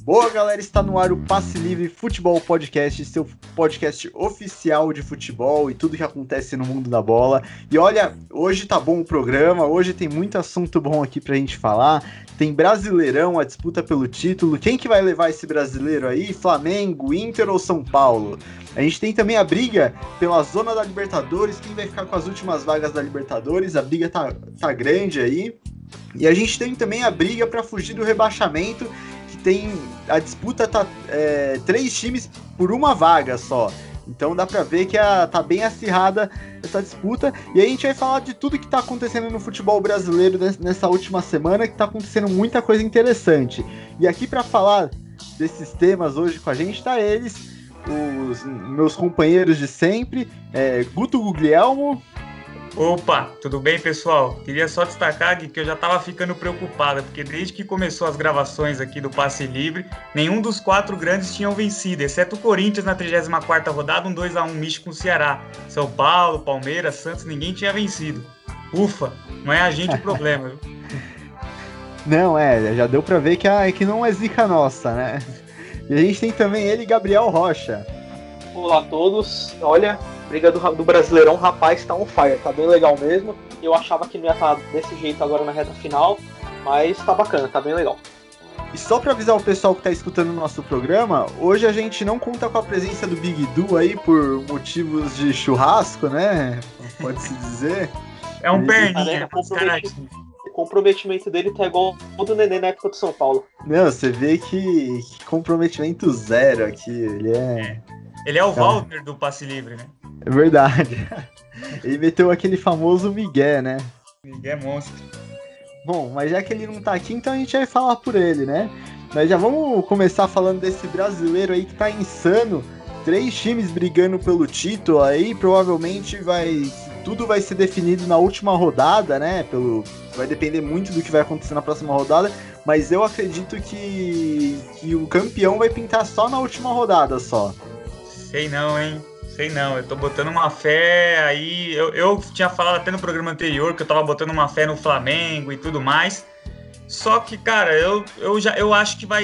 Boa, galera, está no ar o Passe Livre Futebol Podcast, seu podcast oficial de futebol e tudo que acontece no mundo da bola. E olha, hoje tá bom o programa, hoje tem muito assunto bom aqui pra gente falar. Tem Brasileirão, a disputa pelo título. Quem que vai levar esse brasileiro aí? Flamengo, Inter ou São Paulo? A gente tem também a briga pela zona da Libertadores, quem vai ficar com as últimas vagas da Libertadores, a briga tá grande aí. E a gente tem também a briga para fugir do rebaixamento, que tem a disputa, 3 times por uma vaga só. Então dá para ver que tá bem acirrada essa disputa. E aí a gente vai falar de tudo que tá acontecendo no futebol brasileiro nessa última semana, que tá acontecendo muita coisa interessante. E aqui para falar desses temas hoje com a gente tá eles, os meus companheiros de sempre, Guto Guglielmo. Opa, tudo bem, pessoal? Queria só destacar que eu já estava ficando preocupado, porque desde que começou as gravações aqui do Passe Livre, nenhum dos 4 grandes tinham vencido, exceto o Corinthians na 34ª rodada, um 2-1 misto com o Ceará. São Paulo, Palmeiras, Santos, ninguém tinha vencido. Ufa, não é a gente o problema, viu? Não, já deu pra ver que não é zica nossa, né? E a gente tem também ele, Gabriel Rocha. Olá a todos, olha, briga do Brasileirão, rapaz, tá on fire, tá bem legal mesmo. Eu achava que não ia estar desse jeito agora na reta final, mas tá bacana, tá bem legal. E só pra avisar o pessoal que tá escutando o nosso programa, hoje a gente não conta com a presença do Big Du aí por motivos de churrasco, né? Pode-se dizer. É um perninha, o comprometimento dele tá igual o do Nenê na época do São Paulo. Não, você vê que comprometimento zero aqui, Ele é o Walter do Passe Livre, né? É verdade. Ele meteu aquele famoso migué, né? Migué monstro. Bom, mas já que ele não tá aqui, então a gente vai falar por ele, né? Mas já vamos começar falando desse brasileiro aí que tá insano. 3 times brigando pelo título aí, provavelmente tudo vai ser definido na última rodada, né? Vai depender muito do que vai acontecer na próxima rodada, mas eu acredito que o campeão vai pintar só na última rodada só. Sei não, eu tô botando uma fé aí, eu tinha falado até no programa anterior que eu tava botando uma fé no Flamengo e tudo mais, só que, cara, eu acho que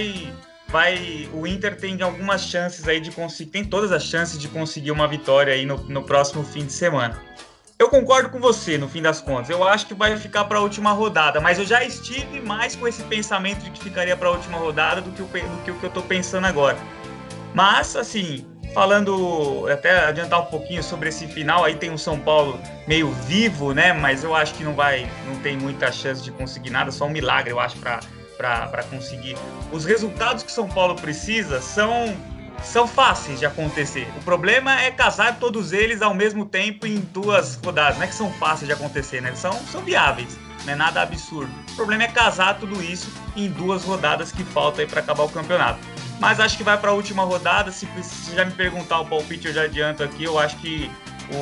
o Inter tem algumas chances aí de conseguir, tem todas as chances de conseguir uma vitória aí no próximo fim de semana. Eu concordo com você, no fim das contas, eu acho que vai ficar para a última rodada, mas eu já estive mais com esse pensamento de que ficaria para a última rodada do que o que eu tô pensando agora. Mas, assim, falando, até adiantar um pouquinho sobre esse final, aí tem o São Paulo meio vivo, né? Mas eu acho que não tem muita chance de conseguir nada, só um milagre, eu acho, para conseguir. Os resultados que São Paulo precisa são fáceis de acontecer. O problema é casar todos eles ao mesmo tempo em 2 rodadas. Não é que são fáceis de acontecer, né? São viáveis, não é nada absurdo. O problema é casar tudo isso em 2 rodadas que faltam aí para acabar o campeonato. Mas acho que vai para a última rodada. Se já me perguntar o palpite, eu já adianto aqui. Eu acho que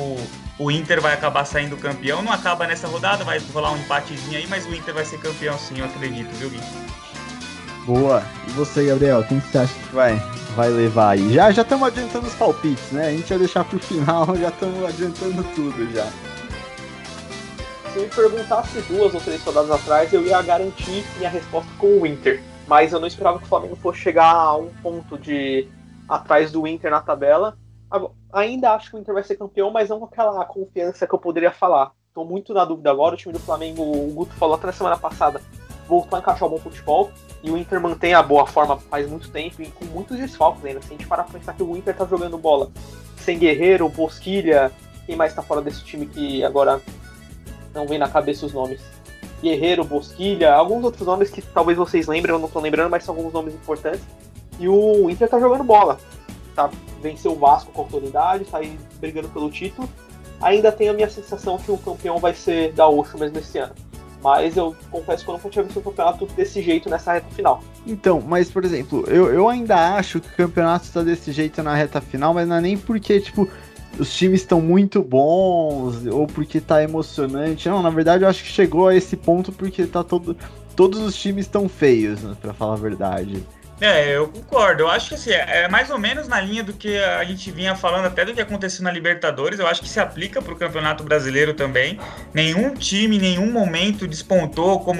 o Inter vai acabar saindo campeão. Não acaba nessa rodada, vai rolar um empatezinho aí, mas o Inter vai ser campeão sim, eu acredito, viu, Gui? Boa. E você, Gabriel, quem você acha que vai levar aí? Já estamos adiantando os palpites, né? A gente vai deixar pro final, já estamos adiantando tudo já. Se me perguntasse 2 ou 3 rodadas atrás, eu ia garantir minha resposta com o Inter. Mas eu não esperava que o Flamengo fosse chegar a um ponto atrás do Inter na tabela. Ainda acho que o Inter vai ser campeão, mas não com aquela confiança que eu poderia falar. Estou muito na dúvida agora. O time do Flamengo, o Guto falou até na semana passada, voltou a encaixar o bom futebol. E o Inter mantém a boa forma faz muito tempo e com muitos desfalques ainda. Se a gente parar pra pensar que o Inter tá jogando bola sem Guerreiro, Bosquilha, quem mais tá fora desse time que agora não vem na cabeça os nomes? Guerreiro, Bosquilha, alguns outros nomes que talvez vocês lembrem, eu não tô lembrando, mas são alguns nomes importantes. E o Inter tá jogando bola. Venceu o Vasco com autoridade, tá aí brigando pelo título. Ainda tenho a minha sensação que o campeão vai ser Gaúcho mesmo esse ano. Mas eu confesso que eu nunca tinha visto o campeonato desse jeito nessa reta final. Então, mas por exemplo, eu ainda acho que o campeonato está desse jeito na reta final, mas não é nem porque, os times estão muito bons ou porque tá emocionante. Não, na verdade eu acho que chegou a esse ponto porque todos os times estão feios, né, pra falar a verdade. Eu concordo. Eu acho que assim, é mais ou menos na linha do que a gente vinha falando até do que aconteceu na Libertadores. Eu acho que se aplica para o Campeonato Brasileiro também. Nenhum time, em nenhum momento despontou como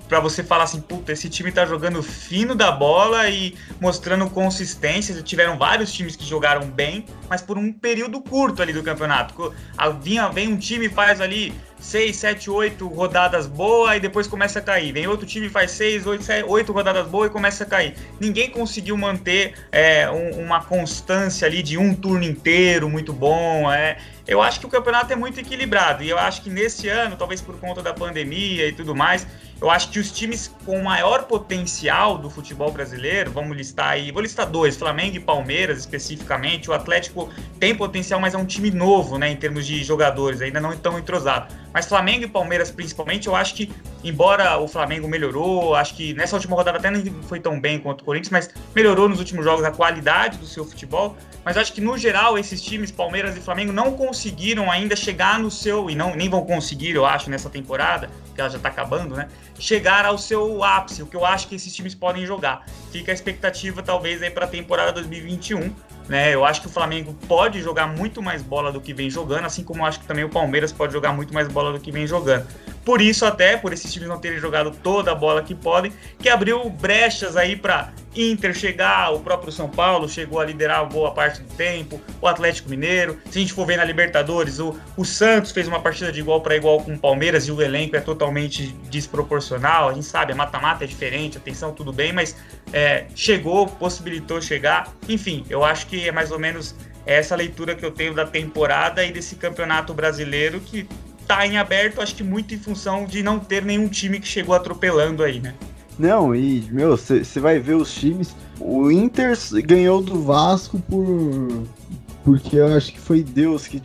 para você falar assim, puta, esse time tá jogando fino da bola e mostrando consistência. Tiveram vários times que jogaram bem, mas por um período curto ali do campeonato. Vem um time e faz ali 6, 7, 8 rodadas boas e depois começa a cair. Vem outro time e faz 6, 8 rodadas boas e começa a cair. Ninguém conseguiu manter uma constância ali de um turno inteiro muito bom. Eu acho que o campeonato é muito equilibrado, e eu acho que nesse ano, talvez por conta da pandemia e tudo mais, eu acho que os times com maior potencial do futebol brasileiro, vou listar 2, Flamengo e Palmeiras especificamente. O Atlético tem potencial, mas é um time novo, né, em termos de jogadores, ainda não estão entrosados. Mas Flamengo e Palmeiras principalmente, eu acho que, embora o Flamengo melhorou, acho que nessa última rodada até não foi tão bem quanto o Corinthians, mas melhorou nos últimos jogos a qualidade do seu futebol. Mas eu acho que, no geral, esses times, Palmeiras e Flamengo, não conseguiram ainda chegar no seu, e nem vão conseguir, eu acho, nessa temporada, que ela já tá acabando, né, chegar ao seu ápice, o que eu acho que esses times podem jogar. Fica a expectativa, talvez, aí para a temporada 2021, né? Eu acho que o Flamengo pode jogar muito mais bola do que vem jogando, assim como eu acho que também o Palmeiras pode jogar muito mais bola do que vem jogando. Por isso, até, por esses times não terem jogado toda a bola que podem, que abriu brechas aí para Inter chegar, o próprio São Paulo chegou a liderar boa parte do tempo, o Atlético Mineiro. Se a gente for ver na Libertadores, o Santos fez uma partida de igual para igual com o Palmeiras e o elenco é totalmente desproporcional. A gente sabe, a mata-mata é diferente, atenção, tudo bem, mas chegou, possibilitou chegar. Enfim, eu acho que é mais ou menos essa leitura que eu tenho da temporada e desse campeonato brasileiro, que tá em aberto, acho que muito em função de não ter nenhum time que chegou atropelando aí, né? Não, e, você vai ver os times. O Inter ganhou do Vasco porque eu acho que foi Deus que,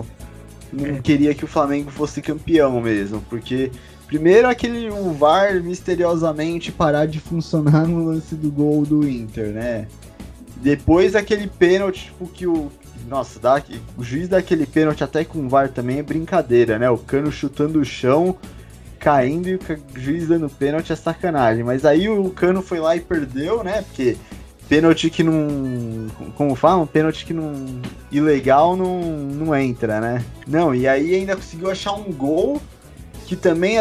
não queria que o Flamengo fosse campeão mesmo. Porque, primeiro, o VAR misteriosamente parar de funcionar no lance do gol do Inter, né? Depois, aquele pênalti, que o juiz dá aquele pênalti até com o VAR também é brincadeira, né? O Cano chutando o chão, caindo, e o juiz dando pênalti é sacanagem. Mas aí o Cano foi lá e perdeu, né? Porque pênalti que não... Como falam? Pênalti que não... Ilegal não entra, né? Não, e aí ainda conseguiu achar um gol que também a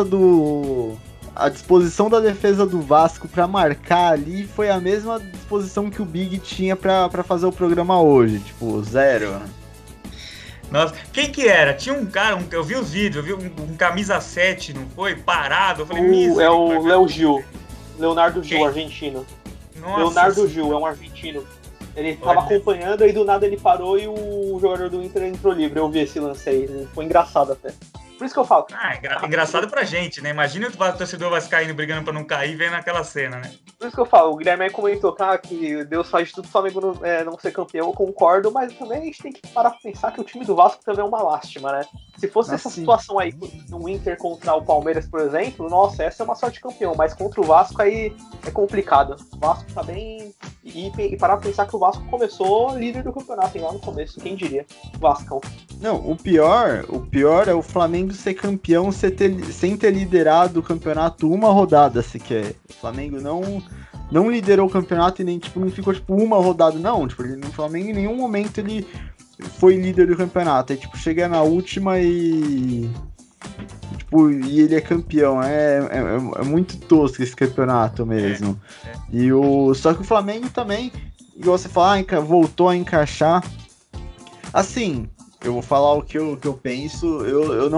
disposição da defesa do Vasco pra marcar ali foi a mesma disposição que o Big tinha pra fazer o programa hoje. 0. Nossa, quem que era? Tinha um cara, eu vi os vídeos, eu vi um camisa 7, não foi? Parado, eu falei, é o Léo Gil, Leonardo Gil, quem? Argentino. Nossa, Leonardo Gil, é um argentino. Ele tava acompanhando, aí do nada ele parou e o jogador do Inter entrou livre. Eu vi esse lance aí, foi engraçado até. Por isso que eu falo. Engraçado pra gente, né? Imagina o torcedor vascaíno brigando pra não cair e vendo aquela cena, né? Por isso que eu falo, o Guilherme aí comentou, que Deus faz de tudo o Flamengo não ser campeão, eu concordo, mas também a gente tem que parar pra pensar que o time do Vasco também é uma lástima, né? Se fosse essa situação aí no Inter contra o Palmeiras, por exemplo, nossa, essa é uma sorte de campeão, mas contra o Vasco aí é complicado. O Vasco tá bem... E parar pra pensar que o Vasco começou líder do campeonato, lá no começo, quem diria? Vascão. Não, o pior é o Flamengo ser campeão sem ter liderado o campeonato uma rodada sequer. O Flamengo não liderou o campeonato e nem, não ficou, uma rodada, não. O Flamengo em nenhum momento ele foi líder do campeonato. Aí, chega na última e ele é campeão. É muito tosco esse campeonato mesmo. Só que o Flamengo também, igual você fala, voltou a encaixar. Assim, eu vou falar o que eu penso. Eu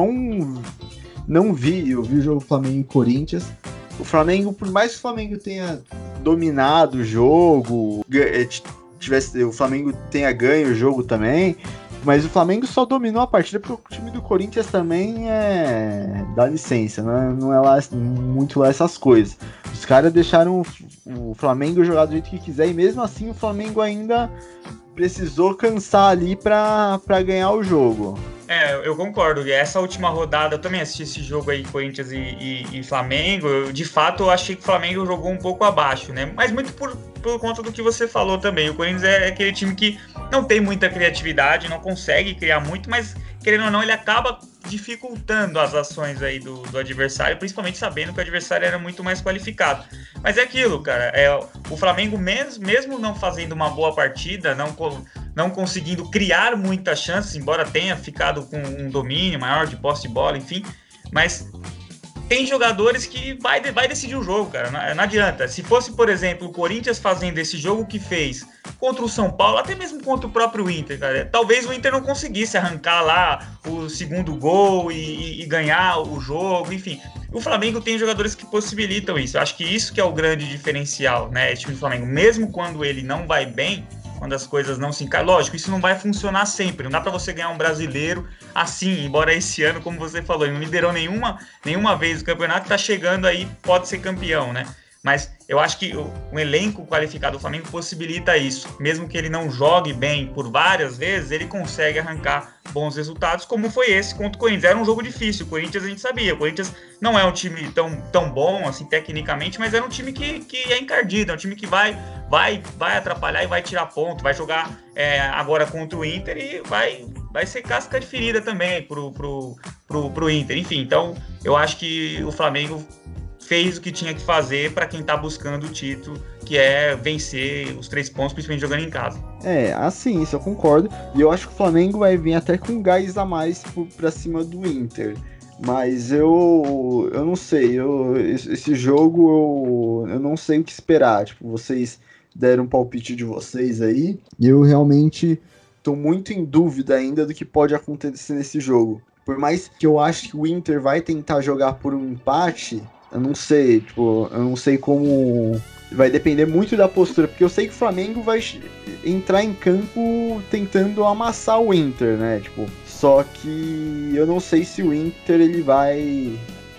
não vi. Eu vi o jogo Flamengo e Corinthians. O Flamengo, por mais que o Flamengo tenha dominado o jogo, o Flamengo tenha ganho o jogo também, mas o Flamengo só dominou a partida porque o time do Corinthians também dá licença, não é lá, muito lá essas coisas. Os caras deixaram o Flamengo jogar do jeito que quiser, e mesmo assim o Flamengo ainda precisou cansar ali pra ganhar o jogo. Eu concordo. Essa última rodada, eu também assisti esse jogo aí, Corinthians e Flamengo. De fato, eu achei que o Flamengo jogou um pouco abaixo, né? Mas muito por conta do que você falou também. O Corinthians é aquele time que não tem muita criatividade, não consegue criar muito, mas, querendo ou não, ele acaba dificultando as ações aí do adversário, principalmente sabendo que o adversário era muito mais qualificado. Mas é aquilo, cara. O Flamengo, mesmo não fazendo uma boa partida, não conseguindo criar muitas chances, embora tenha ficado com um domínio maior de posse de bola, enfim, mas tem jogadores que vai decidir o jogo, cara. Não adianta. Se fosse, por exemplo, o Corinthians fazendo esse jogo que fez contra o São Paulo, até mesmo contra o próprio Inter, cara, talvez o Inter não conseguisse arrancar lá o segundo gol e ganhar o jogo, enfim. O Flamengo tem jogadores que possibilitam isso. Eu acho que isso que é o grande diferencial, né? Esse time do Flamengo, mesmo quando ele não vai bem, quando as coisas não se encaixam. Lógico, isso não vai funcionar sempre. Não dá para você ganhar um brasileiro assim, embora esse ano, como você falou, ele não liderou nenhuma vez o campeonato, tá chegando aí, pode ser campeão, né? Mas eu acho que o elenco qualificado do Flamengo possibilita isso. Mesmo que ele não jogue bem por várias vezes, ele consegue arrancar bons resultados, como foi esse contra o Corinthians. Era um jogo difícil, o Corinthians a gente sabia. O Corinthians não é um time tão bom, assim, tecnicamente, mas era um time que é encardido, é um time que vai atrapalhar e vai tirar ponto, vai jogar agora contra o Inter e vai ser casca de ferida também pro Inter. Enfim, então eu acho que o Flamengo fez o que tinha que fazer para quem tá buscando o título, que é vencer os 3 pontos, principalmente jogando em casa. Assim, isso eu concordo. E eu acho que o Flamengo vai vir até com gás a mais pra cima do Inter. Mas eu não sei, esse jogo eu não sei o que esperar. Tipo, vocês deram um palpite de vocês aí, e eu realmente tô muito em dúvida ainda do que pode acontecer nesse jogo. Por mais que eu acho que o Inter vai tentar jogar por um empate, eu não sei como. Vai depender muito da postura, porque eu sei que o Flamengo vai entrar em campo tentando amassar o Inter, né? Tipo, só que eu não sei se o Inter ele vai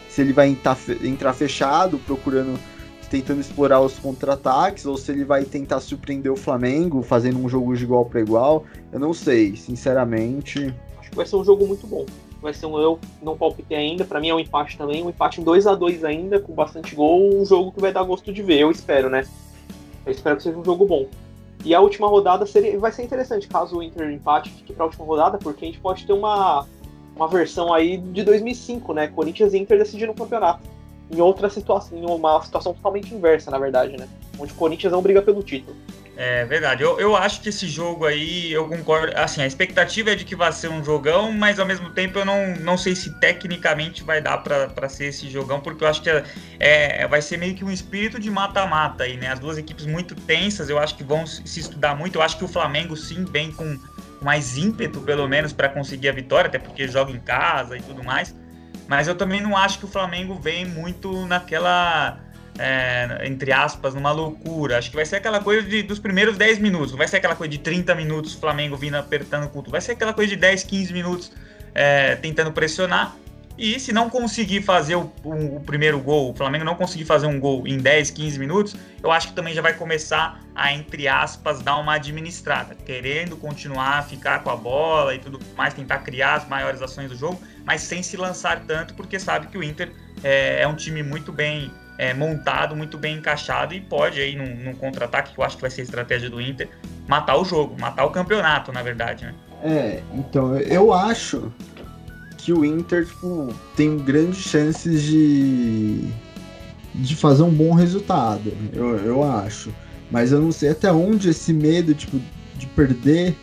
entrar fechado, tentando explorar os contra-ataques, ou se ele vai tentar surpreender o Flamengo, fazendo um jogo de igual para igual. Eu não sei, sinceramente. Acho que vai ser um jogo muito bom. Vai ser eu não palpitei ainda, pra mim é um empate também, um empate em 2-2 ainda, com bastante gol, um jogo que vai dar gosto de ver, eu espero, né? Eu espero que seja um jogo bom. E a última rodada vai ser interessante, caso o Inter empate fique pra última rodada, porque a gente pode ter uma versão aí de 2005, né? Corinthians e Inter decidindo o campeonato. Em outra situação, em uma situação totalmente inversa, na verdade, né? Onde o Corinthians não briga pelo título. É verdade, eu acho que esse jogo aí, eu concordo, assim, a expectativa é de que vai ser um jogão, mas ao mesmo tempo eu não sei se tecnicamente vai dar pra ser esse jogão, porque eu acho que vai ser meio que um espírito de mata-mata aí, né, as duas equipes muito tensas, eu acho que vão se estudar muito, eu acho que o Flamengo sim vem com mais ímpeto, pelo menos, para conseguir a vitória, até porque joga em casa e tudo mais, mas eu também não acho que o Flamengo vem muito naquela... entre aspas, numa loucura. Acho que vai ser aquela coisa dos primeiros 10 minutos. Não vai ser aquela coisa de 30 minutos o Flamengo vindo apertando o culto. Vai ser aquela coisa de 10, 15 minutos tentando pressionar. E se não conseguir fazer o primeiro gol, o Flamengo não conseguir fazer um gol em 10, 15 minutos, eu acho que também já vai começar a, entre aspas, dar uma administrada, querendo continuar a ficar com a bola e tudo mais, tentar criar as maiores ações do jogo, mas sem se lançar tanto, porque sabe que o Inter é um time muito bem montado, muito bem encaixado e pode aí num contra-ataque, que eu acho que vai ser a estratégia do Inter, matar o jogo, matar o campeonato, na verdade, né? Então, eu acho que o Inter, tipo, tem grandes chances de fazer um bom resultado, eu acho. Mas eu não sei até onde esse medo, tipo, de perder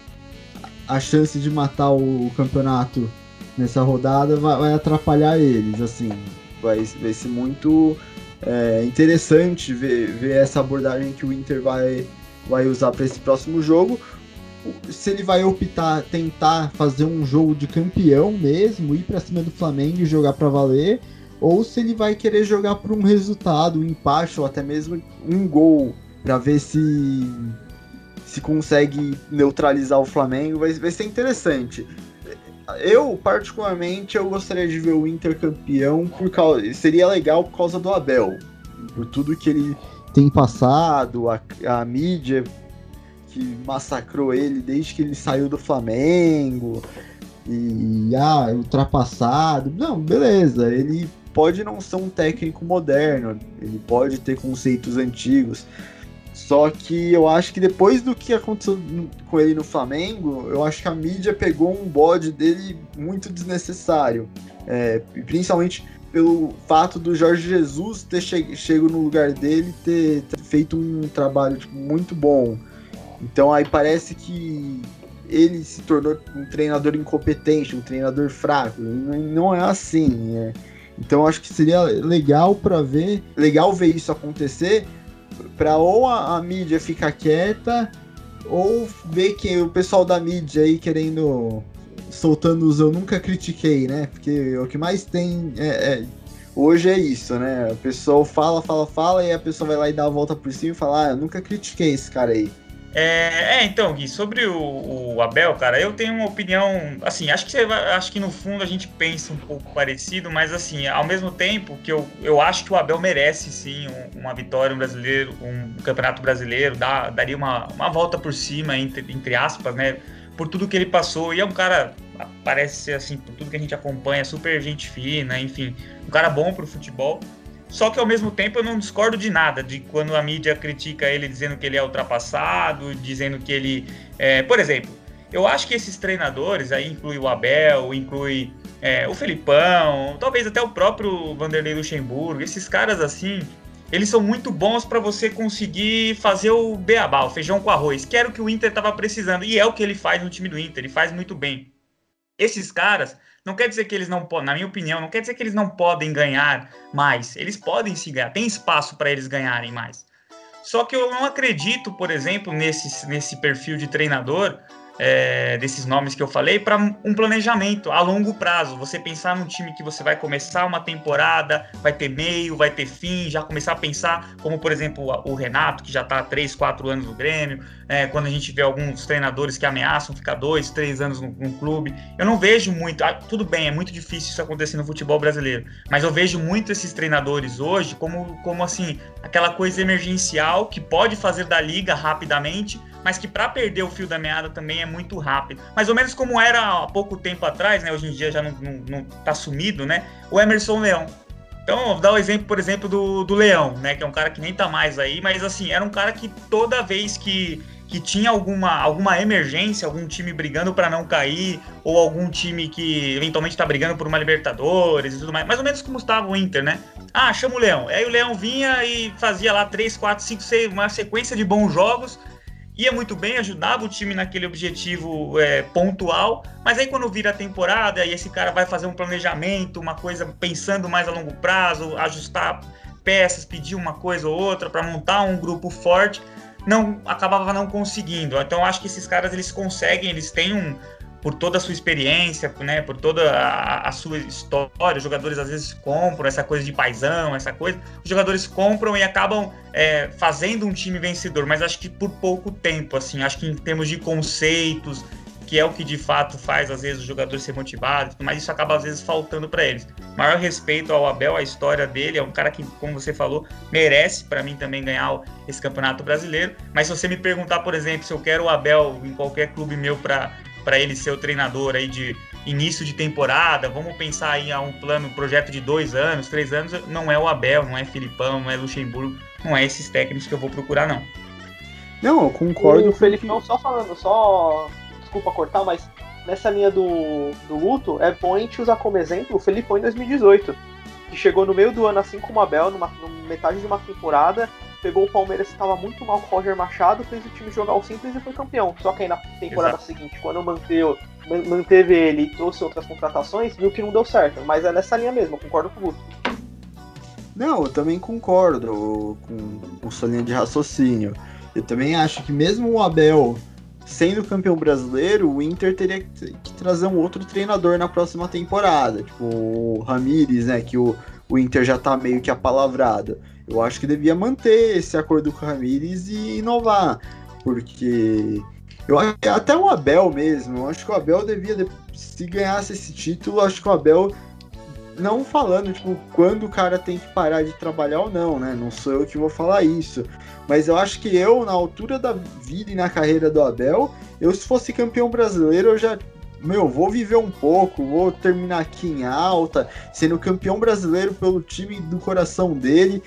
a chance de matar o campeonato nessa rodada vai atrapalhar eles, assim. Vai ser muito interessante ver essa abordagem que o Inter vai usar para esse próximo jogo. Se ele vai tentar fazer um jogo de campeão mesmo, ir para cima do Flamengo e jogar para valer, ou se ele vai querer jogar por um resultado, um empate ou até mesmo um gol, para ver se consegue neutralizar o Flamengo. Vai ser interessante. Eu, particularmente, gostaria de ver o Inter campeão, seria legal por causa do Abel, por tudo que ele tem passado, a mídia que massacrou ele desde que ele saiu do Flamengo, e ultrapassado. Não, beleza, ele pode não ser um técnico moderno, ele pode ter conceitos antigos, só que eu acho que depois do que aconteceu com ele no Flamengo, eu acho que a mídia pegou um bode dele muito desnecessário, principalmente pelo fato do Jorge Jesus ter chegado no lugar dele, ter feito um trabalho muito bom. Então aí parece que ele se tornou um treinador incompetente, um treinador fraco. Não é assim. Então acho que seria legal ver isso acontecer, para ou a mídia ficar quieta, ou ver que o pessoal da mídia aí soltando os eu nunca critiquei, né? Porque o que mais tem hoje é isso, né? O pessoal fala, e a pessoa vai lá e dá a volta por cima e fala, eu nunca critiquei esse cara aí. Então, Gui, sobre o Abel, cara, eu tenho uma opinião, assim, acho que no fundo a gente pensa um pouco parecido, mas assim, ao mesmo tempo que eu acho que o Abel merece sim uma vitória, um campeonato brasileiro, daria uma volta por cima, entre aspas, né, por tudo que ele passou, e é um cara, parece ser assim, por tudo que a gente acompanha, super gente fina, enfim, um cara bom pro futebol. Só que ao mesmo tempo eu não discordo de nada, de quando a mídia critica ele dizendo que ele é ultrapassado, dizendo que ele... por exemplo, eu acho que esses treinadores, aí inclui o Abel, inclui o Felipão, talvez até o próprio Vanderlei Luxemburgo, esses caras assim, eles são muito bons para você conseguir fazer o beabá, o feijão com arroz, que era o que o Inter estava precisando, e é o que ele faz no time do Inter, ele faz muito bem. Esses caras, não quer dizer que eles não podem, na minha opinião, não quer dizer que eles não podem ganhar mais. Eles podem se ganhar, tem espaço para eles ganharem mais. Só que eu não acredito, por exemplo, nesse perfil de treinador, desses nomes que eu falei, para um planejamento a longo prazo. Você pensar num time que você vai começar uma temporada, vai ter meio, vai ter fim, já começar a pensar, como por exemplo o Renato, que já está há 3, 4 anos no Grêmio, quando a gente vê alguns treinadores que ameaçam ficar 2, 3 anos num clube. Eu não vejo muito, tudo bem, é muito difícil isso acontecer no futebol brasileiro, mas eu vejo muito esses treinadores hoje como assim, aquela coisa emergencial que pode fazer da liga rapidamente, mas que para perder o fio da meada também é muito rápido. Mais ou menos como era há pouco tempo atrás, né? Hoje em dia já não tá sumido, né? O Emerson Leão. Então, vou dar o exemplo, por exemplo, do Leão, né? Que é um cara que nem tá mais aí, mas assim, era um cara que toda vez que tinha alguma emergência, algum time brigando para não cair, ou algum time que eventualmente tá brigando por uma Libertadores e tudo mais ou menos como estava o Inter, né? Chama o Leão. Aí o Leão vinha e fazia lá 3, 4, 5, 6, uma sequência de bons jogos, ia muito bem, ajudava o time naquele objetivo pontual, mas aí quando vira a temporada e esse cara vai fazer um planejamento, uma coisa pensando mais a longo prazo, ajustar peças, pedir uma coisa ou outra para montar um grupo forte, acabava não conseguindo. Então acho que esses caras eles conseguem, eles têm por toda a sua experiência, né, por toda a sua história, os jogadores às vezes compram essa coisa de paizão, essa coisa, os jogadores compram e acabam fazendo um time vencedor, mas acho que por pouco tempo, assim, acho que em termos de conceitos, que é o que de fato faz às vezes os jogadores ser motivados, mas isso acaba às vezes faltando para eles. Maior respeito ao Abel, a história dele, é um cara que, como você falou, merece para mim também ganhar esse campeonato brasileiro, mas se você me perguntar, por exemplo, se eu quero o Abel em qualquer clube meu para ele ser o treinador aí de início de temporada, vamos pensar aí a um projeto de 2 anos, 3 anos, não é o Abel, não é Filipão, não é Luxemburgo, não é esses técnicos que eu vou procurar, não. Não, eu concordo. O Felipão, desculpa cortar, mas nessa linha do luto, é bom a gente usar como exemplo o Felipão em 2018, que chegou no meio do ano, assim como o Abel, numa metade de uma temporada, pegou o Palmeiras que estava muito mal com o Roger Machado, fez o time jogar o simples e foi campeão. Só que aí na temporada seguinte, quando manteve ele e trouxe outras contratações, viu que não deu certo. Mas é nessa linha mesmo, eu concordo com o Guto. Não, eu também concordo com sua linha de raciocínio. Eu também acho que mesmo o Abel sendo campeão brasileiro, o Inter teria que trazer um outro treinador na próxima temporada. Tipo o Ramírez, né, que o Inter já tá meio que apalavrado. Eu acho que devia manter esse acordo com o Ramírez e inovar, porque até o Abel mesmo, eu acho que o Abel devia, se ganhasse esse título, acho que o Abel, não falando, tipo, quando o cara tem que parar de trabalhar ou não, né, não sou eu que vou falar isso, mas eu acho que na altura da vida e na carreira do Abel, se fosse campeão brasileiro, eu já... vou viver um pouco, vou terminar aqui em alta, sendo campeão brasileiro pelo time do coração dele.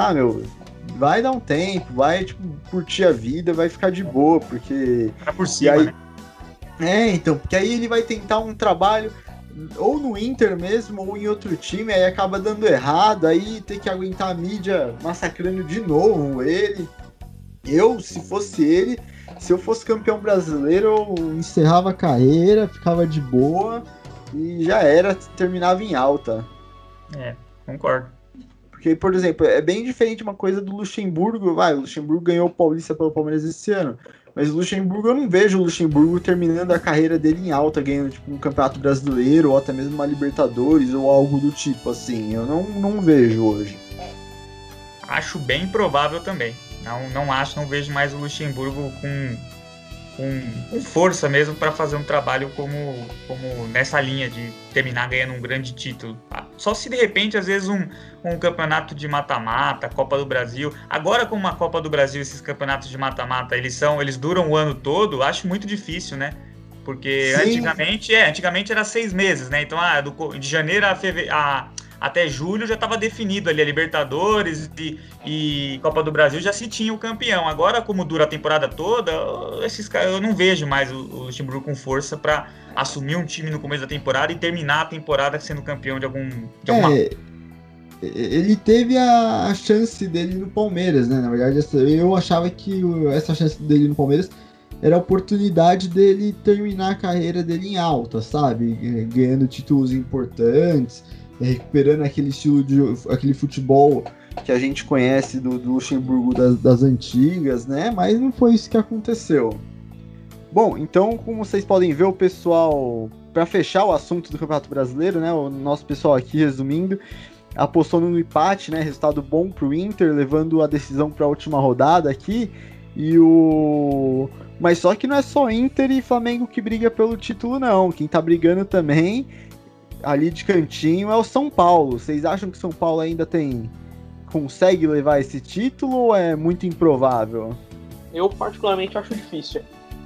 Vai dar um tempo, vai curtir a vida, vai ficar de boa, porque... Tá por cima, aí, né? Então, porque aí ele vai tentar um trabalho ou no Inter mesmo, ou em outro time, aí acaba dando errado, aí tem que aguentar a mídia massacrando de novo ele. Se fosse ele... Se eu fosse campeão brasileiro, eu encerrava a carreira, ficava de boa e já era, terminava em alta. Concordo. Porque, por exemplo, é bem diferente uma coisa do Luxemburgo. O Luxemburgo ganhou o Paulista pelo Palmeiras esse ano. Mas o Luxemburgo, eu não vejo o Luxemburgo terminando a carreira dele em alta, ganhando tipo, um Campeonato Brasileiro, ou até mesmo uma Libertadores, ou algo do tipo, assim. Eu não vejo hoje. Acho bem provável também. Não vejo mais o Luxemburgo com força mesmo para fazer um trabalho como nessa linha de terminar ganhando um grande título. Só se de repente, às vezes, um campeonato de mata-mata, Copa do Brasil. Agora, com uma Copa do Brasil, esses campeonatos de mata-mata, eles duram o ano todo, acho muito difícil, né? Porque antigamente era 6 meses, né? Então, de janeiro até julho já estava definido ali a Libertadores e Copa do Brasil já se tinha o campeão. Agora, como dura a temporada toda, esses caras, eu não vejo mais o Luxemburgo com força para assumir um time no começo da temporada e terminar a temporada sendo campeão de alguma. Ele teve a chance dele no Palmeiras, né? Na verdade, eu achava que essa chance dele no Palmeiras era a oportunidade dele terminar a carreira dele em alta, sabe? Ganhando títulos importantes, recuperando aquele estilo aquele futebol que a gente conhece do Luxemburgo das antigas, né? Mas não foi isso que aconteceu. Bom, então, como vocês podem ver, o pessoal, para fechar o assunto do Campeonato Brasileiro, né? O nosso pessoal aqui, resumindo, apostou no empate, né? Resultado bom pro Inter, levando a decisão para a última rodada aqui. Mas só que não é só Inter e Flamengo que briga pelo título, não. Quem tá brigando também ali de cantinho é o São Paulo. Vocês acham que o São Paulo ainda consegue levar esse título ou é muito improvável? Eu particularmente acho difícil.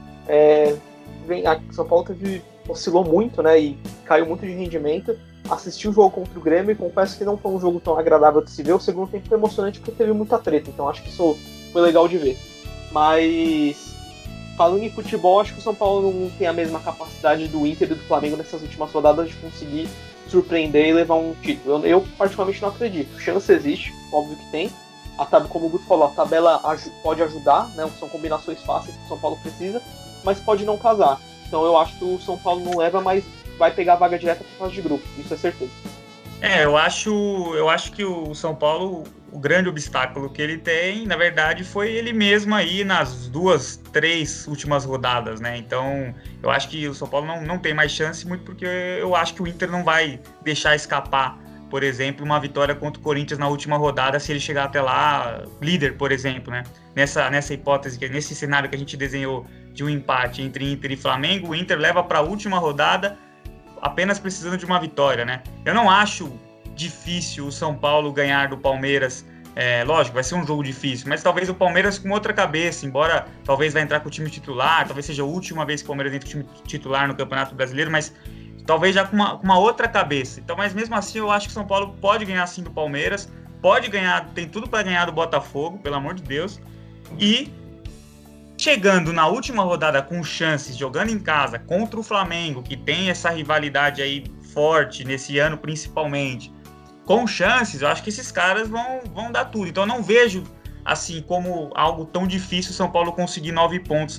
São Paulo oscilou muito, né, e caiu muito de rendimento. Assisti o jogo contra o Grêmio e confesso que não foi um jogo tão agradável de se ver. O segundo tempo foi emocionante porque teve muita treta, então acho que isso foi legal de ver. Mas falando em futebol, acho que o São Paulo não tem a mesma capacidade do Inter e do Flamengo nessas últimas rodadas de conseguir surpreender e levar um título. Eu particularmente não acredito. Chance existe, óbvio que tem. Como o Guto falou, a tabela pode ajudar, né? São combinações fáceis que o São Paulo precisa, mas pode não casar. Então eu acho que o São Paulo não leva, mas vai pegar a vaga direta para fase de grupo, isso é certeza. Eu acho que o São Paulo, o grande obstáculo que ele tem, na verdade, foi ele mesmo aí nas 2, 3 últimas rodadas, né? Então, eu acho que o São Paulo não tem mais chance, muito porque eu acho que o Inter não vai deixar escapar, por exemplo, uma vitória contra o Corinthians na última rodada, se ele chegar até lá líder, por exemplo, né? Nessa hipótese, nesse cenário que a gente desenhou de um empate entre Inter e Flamengo, o Inter leva para a última rodada apenas precisando de uma vitória, né? Eu não acho difícil o São Paulo ganhar do Palmeiras. Lógico, vai ser um jogo difícil, mas talvez o Palmeiras com outra cabeça, embora talvez vai entrar com o time titular, talvez seja a última vez que o Palmeiras entra com o time titular no Campeonato Brasileiro, mas talvez já com uma outra cabeça. Então, mas mesmo assim, eu acho que o São Paulo pode ganhar sim do Palmeiras, pode ganhar, tem tudo para ganhar do Botafogo, pelo amor de Deus, e chegando na última rodada com chances, jogando em casa contra o Flamengo, que tem essa rivalidade aí forte nesse ano principalmente, com chances, eu acho que esses caras vão dar tudo. Então eu não vejo assim como algo tão difícil o São Paulo conseguir 9 pontos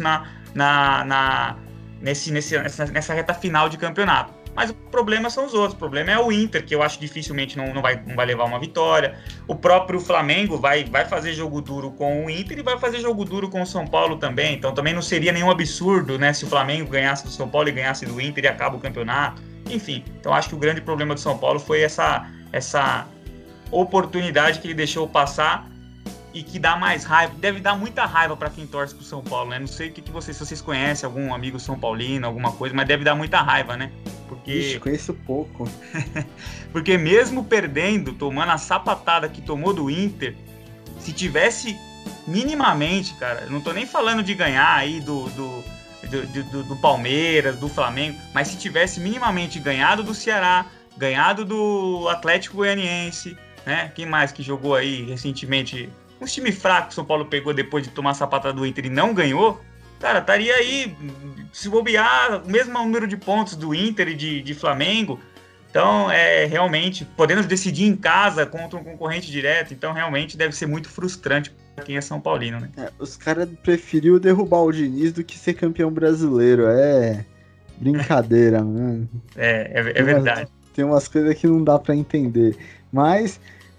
nessa reta final de campeonato. Mas o problema são os outros. O problema é o Inter, que eu acho dificilmente não vai levar uma vitória. O próprio Flamengo vai fazer jogo duro com o Inter e vai fazer jogo duro com o São Paulo também. Então também não seria nenhum absurdo, né, se o Flamengo ganhasse do São Paulo e ganhasse do Inter e acaba o campeonato. Enfim, então acho que o grande problema do São Paulo foi essa oportunidade que ele deixou passar e que dá mais raiva, deve dar muita raiva para quem torce pro São Paulo, né? Não sei se vocês conhecem algum amigo São Paulino, alguma coisa, mas deve dar muita raiva, né? Ixi, conheço pouco. Porque mesmo perdendo, tomando a sapatada que tomou do Inter, se tivesse minimamente, cara, eu não tô nem falando de ganhar aí do Palmeiras, do Flamengo, mas se tivesse minimamente ganhado do Ceará, ganhado do Atlético Goianiense, né? Quem mais que jogou aí recentemente? Um time fraco que o São Paulo pegou depois de tomar a sapatada do Inter e não ganhou, cara, estaria aí, se bobear, o mesmo número de pontos do Inter e de Flamengo. Então, realmente, podendo decidir em casa contra um concorrente direto, então realmente deve ser muito frustrante para quem é São Paulino, né? Os caras preferiram derrubar o Diniz do que ser campeão brasileiro. É brincadeira, mano. É verdade. tem umas coisas que não dá pra entender. Mas.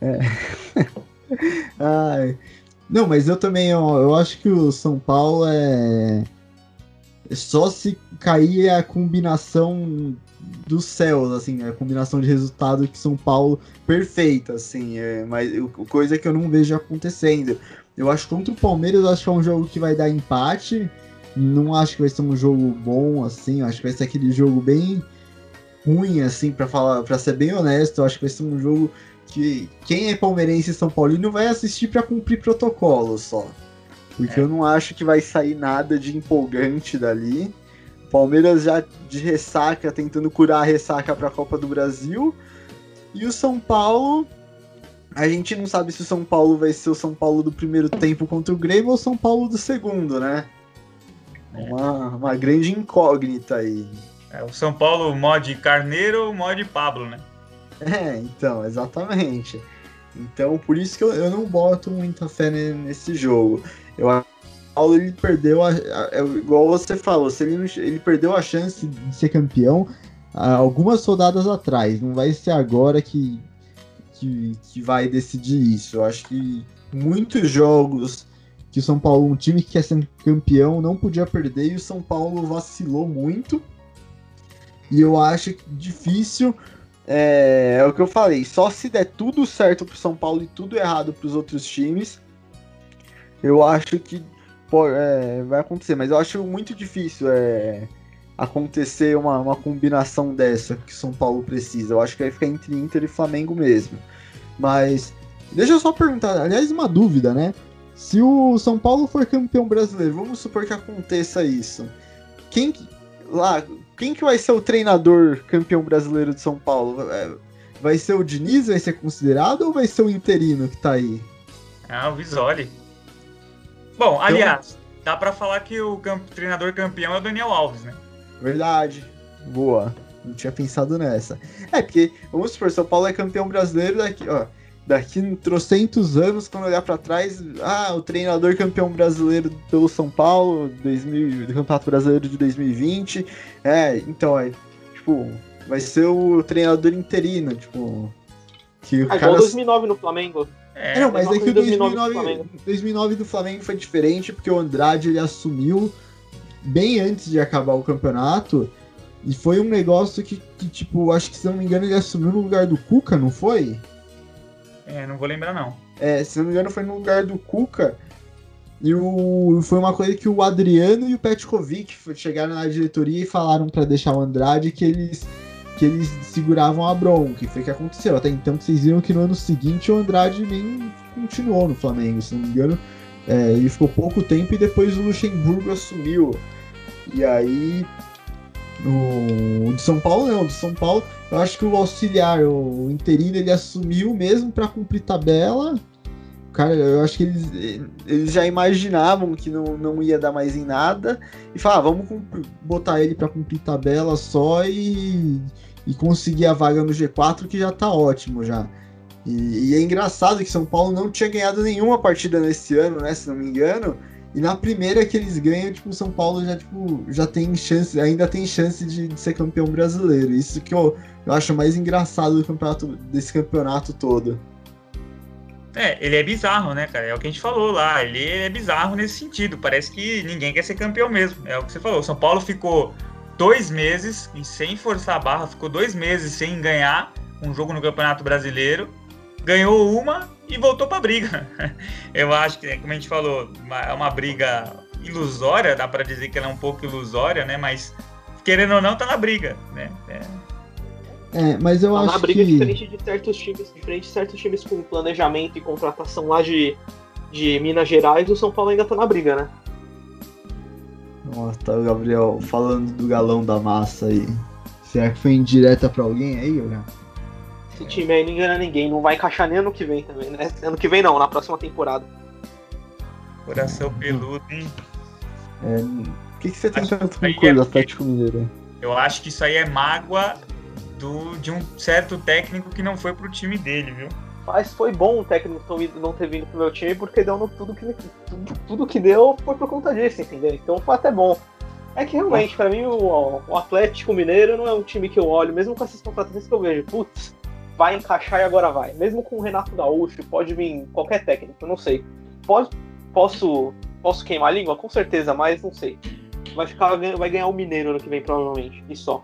Ai. Não, mas eu também, eu acho que o São Paulo só se cair a combinação dos céus, assim, a combinação de resultado que São Paulo perfeita, assim, mas coisa que eu não vejo acontecendo. Eu acho que contra o Palmeiras, eu acho que é um jogo que vai dar empate, não acho que vai ser um jogo bom, assim, eu acho que vai ser aquele jogo bem ruim, assim, pra ser bem honesto, eu acho que vai ser um jogo que quem é palmeirense e São Paulino vai assistir pra cumprir protocolo só. Porque eu não acho que vai sair nada de empolgante dali. Palmeiras já de ressaca, tentando curar a ressaca pra Copa do Brasil. E o São Paulo, a gente não sabe se o São Paulo vai ser o São Paulo do primeiro tempo contra o Grêmio ou o São Paulo do segundo, né? Uma grande incógnita aí. O São Paulo mod Carneiro ou mod Pablo, né? Então, exatamente. Então, por isso que eu não boto muita fé nesse jogo. Eu acho que o Paulo, ele perdeu, igual você falou, ele perdeu a chance de ser campeão algumas rodadas atrás. Não vai ser agora que vai decidir isso. Eu acho que muitos jogos que o São Paulo, um time que quer ser campeão, não podia perder, e o São Paulo vacilou muito. E eu acho difícil... É o que eu falei, só se der tudo certo pro São Paulo e tudo errado pros outros times, eu acho que vai acontecer, mas eu acho muito difícil acontecer uma combinação dessa que o São Paulo precisa. Eu acho que vai ficar entre Inter e Flamengo mesmo. Mas deixa eu só perguntar, aliás, uma dúvida, né? Se o São Paulo for campeão brasileiro, vamos supor que aconteça isso. Quem que vai ser o treinador campeão brasileiro de São Paulo? Vai ser o Diniz, vai ser considerado, ou vai ser o interino que tá aí? O Visoli. Bom, aliás, dá pra falar que o treinador campeão é o Daniel Alves, né? Verdade. Boa. Não tinha pensado nessa. Porque, vamos supor, São Paulo é campeão brasileiro daqui trocentos anos, quando olhar pra trás, o treinador campeão brasileiro pelo São Paulo, do Campeonato Brasileiro de 2020, tipo, vai ser o treinador interino, tipo... Igual 2009 no Flamengo. Mas é que o 2009 do Flamengo foi diferente, porque o Andrade, ele assumiu bem antes de acabar o campeonato, e foi um negócio que tipo, acho que, se não me engano, ele assumiu no lugar do Cuca, não foi? Não vou lembrar, não. Se não me engano, foi no lugar do Cuca. E foi uma coisa que o Adriano e o Petkovic chegaram na diretoria e falaram pra deixar o Andrade que eles seguravam a bronca. E foi o que aconteceu. Até então, vocês viram que no ano seguinte o Andrade nem continuou no Flamengo. Se não me engano, ele ficou pouco tempo e depois o Luxemburgo assumiu. E aí... O de São Paulo não, o de São Paulo eu acho que o auxiliar, o interino, ele assumiu mesmo pra cumprir tabela. Cara, eu acho que eles já imaginavam que não ia dar mais em nada e falaram, vamos botar ele pra cumprir tabela só e conseguir a vaga no G4, que já tá ótimo já. E é engraçado que São Paulo não tinha ganhado nenhuma partida nesse ano, né, se não me engano. E na primeira que eles ganham, tipo, o São Paulo já tem chance, ainda tem chance de ser campeão brasileiro. Isso que eu acho mais engraçado desse campeonato todo. Ele é bizarro, né, cara? É o que a gente falou lá. Ele é bizarro nesse sentido. Parece que ninguém quer ser campeão mesmo. É o que você falou. O São Paulo ficou 2 meses, e sem forçar a barra, ficou 2 meses sem ganhar um jogo no Campeonato Brasileiro. Ganhou uma e voltou pra briga. Eu acho que, como a gente falou, é uma briga ilusória, dá pra dizer que ela é um pouco ilusória, né? Mas, querendo ou não, tá na briga, né? Mas eu acho que... na briga, diferente de certos times com planejamento e contratação lá de Minas Gerais, o São Paulo ainda tá na briga, né? Nossa, tá o Gabriel falando do galão da massa aí. Será que foi indireta pra alguém aí, Gabriel? Esse time aí não engana ninguém, não vai encaixar nem ano que vem também, né? Ano que vem não, na próxima temporada. Coração peludo, hein? Por que você tem tanto rancor do Atlético Mineiro? Eu acho que isso aí é mágoa de um certo técnico que não foi pro time dele, viu? Mas foi bom o técnico não ter vindo pro meu time, porque deu tudo que deu foi por conta disso, entendeu? Então foi até bom. É que realmente, pra mim, o Atlético Mineiro não é um time que eu olho, mesmo com essas contratações que eu vejo, putz, vai encaixar e agora vai. Mesmo com o Renato Gaúcho, pode vir qualquer técnico, eu não sei. Posso queimar a língua? Com certeza, mas não sei. Vai ganhar o Mineiro ano que vem, provavelmente, e só.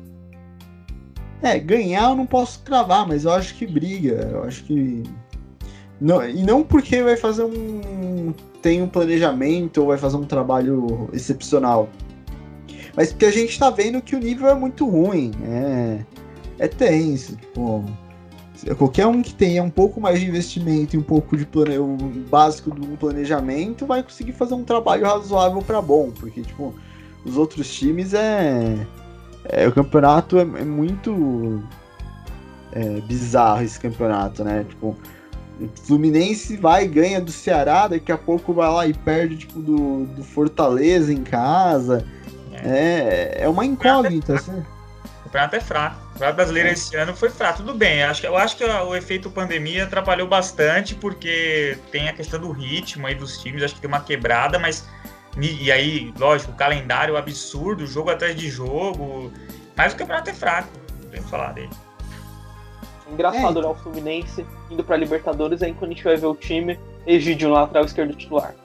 Ganhar eu não posso cravar, mas eu acho que briga. Eu acho que. Não, e não porque vai fazer tem um planejamento ou vai fazer um trabalho excepcional. Mas porque a gente tá vendo que o nível é muito ruim. É tenso. Tipo, qualquer um que tenha um pouco mais de investimento e um pouco de o básico do planejamento vai conseguir fazer um trabalho razoável para bom. Porque, tipo, os outros times o campeonato é muito bizarro esse campeonato, né? Tipo, o Fluminense vai e ganha do Ceará, daqui a pouco vai lá e perde tipo, do Fortaleza em casa. É uma incógnita. O campeonato é fraco. O campeonato brasileiro esse ano foi fraco. Tudo bem, eu acho que o efeito pandemia atrapalhou bastante, porque tem a questão do ritmo aí dos times, acho que tem uma quebrada, mas... E aí, lógico, o calendário absurdo, jogo atrás de jogo, mas o campeonato é fraco, não tem o que falar dele. Engraçado olhar o Fluminense indo pra Libertadores, aí quando a gente vai ver o time, Egídio no lateral esquerdo titular.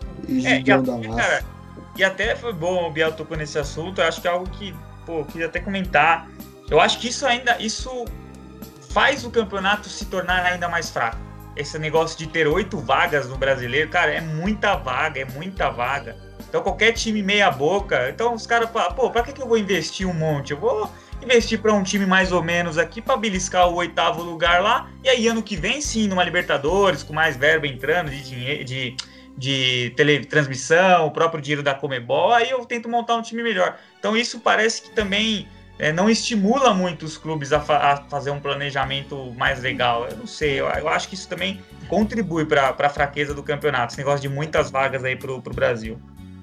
E até foi bom o Biel tocou nesse assunto, eu acho que é algo que, eu queria até comentar. Eu acho que isso faz o campeonato se tornar ainda mais fraco. Esse negócio de ter 8 vagas no Brasileiro, cara, é muita vaga. Então qualquer time meia boca, então os caras falam, pra que eu vou investir um monte? Eu vou investir para um time mais ou menos aqui para beliscar o 8º lugar lá, e aí ano que vem sim, numa Libertadores, com mais verba entrando de dinheiro, de teletransmissão, o próprio dinheiro da Conmebol, aí eu tento montar um time melhor. Então isso parece que também não estimula muito os clubes a fazer um planejamento mais legal. Eu não sei, eu acho que isso também contribui para a fraqueza do campeonato, esse negócio de muitas vagas aí pro Brasil.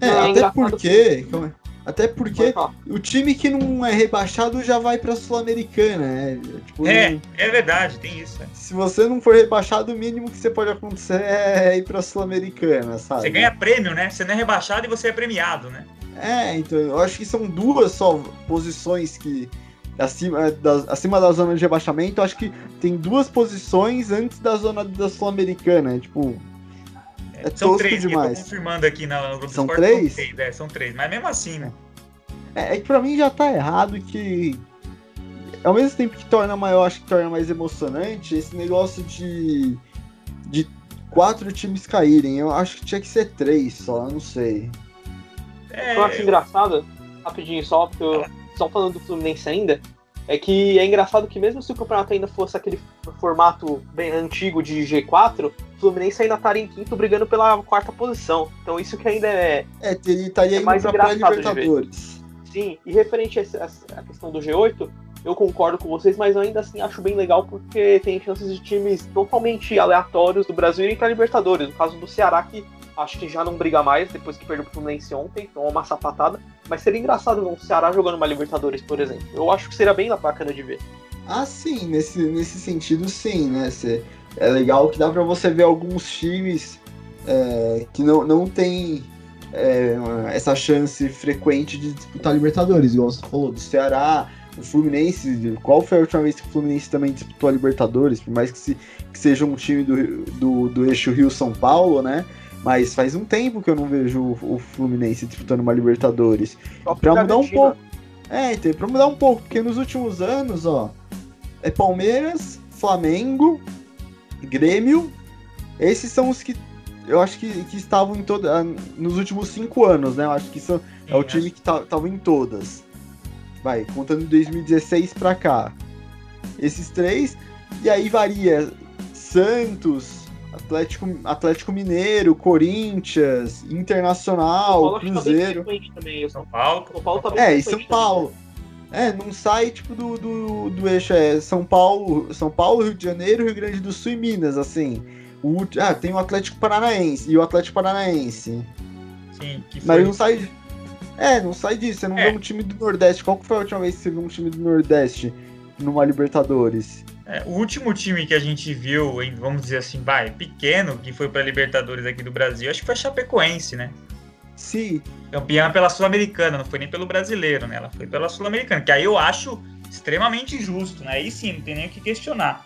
Até porque o time que não é rebaixado já vai pra Sul-Americana. É verdade, tem isso. Se você não for rebaixado, o mínimo que você pode acontecer é ir pra Sul-Americana, sabe? Você ganha prêmio, né? Você não é rebaixado e você é premiado, né? Então eu acho que são 2 só posições que acima da zona de rebaixamento, eu acho que tem 2 posições antes da zona da Sul-Americana, tipo... São 3, demais. Eu tô confirmando aqui no grupo São 3? São 3, mas mesmo assim, né? É que pra mim já tá errado que... Ao mesmo tempo que acho que torna mais emocionante esse negócio de 4 times caírem. Eu acho que tinha que ser 3 só, eu não sei. Eu acho engraçado, rapidinho só, porque só falando do Fluminense ainda, é que é engraçado que mesmo se o campeonato ainda fosse aquele formato bem antigo de G4, o Fluminense ainda estaria em 5º brigando pela 4ª posição. Então isso que ainda estaria mais indo pra engraçado Libertadores. Sim, e referente a questão do G8, eu concordo com vocês, mas eu ainda assim acho bem legal porque tem chances de times totalmente aleatórios do Brasil irem pra Libertadores. No caso do Ceará, que acho que já não briga mais, depois que perdeu pro Fluminense ontem, tomou uma sapatada. Mas seria engraçado ver um Ceará jogando uma Libertadores, por exemplo. Eu acho que seria bem bacana de ver. Ah, sim, nesse sentido sim, né? É legal que dá pra você ver alguns times que não tem essa chance frequente de disputar Libertadores, igual você falou, do Ceará, o Fluminense. Qual foi a última vez que o Fluminense também disputou a Libertadores? Por mais que seja um time do eixo Rio-São Paulo, né? Mas faz um tempo que eu não vejo o Fluminense disputando uma Libertadores. Pra mudar um pouco. Então, pra mudar um pouco, porque nos últimos anos, é Palmeiras, Flamengo, Grêmio. Esses são os que eu acho que estavam nos últimos 5 anos, né? Eu acho que é o time que estava em todas. Vai, contando de 2016 pra cá. Esses 3, e aí varia Santos, Atlético Mineiro, Corinthians, Internacional, Cruzeiro. Também, São Paulo. E São Paulo. Não sai tipo do eixo São Paulo, Rio de Janeiro, Rio Grande do Sul e Minas, assim. Tem o Atlético Paranaense e o Atlético Paranaense. Sim, que foi. Mas não sai. Não sai disso. Você não vê um time do Nordeste. Qual que foi a última vez que você viu um time do Nordeste numa Libertadores? O último time que a gente viu, vamos dizer assim, pequeno, que foi pra Libertadores aqui do Brasil, acho que foi a Chapecoense, né? se... Campeã pela Sul-Americana, não foi nem pelo brasileiro, né? Ela foi pela Sul-Americana, que aí eu acho extremamente justo, né? Aí sim, não tem nem o que questionar.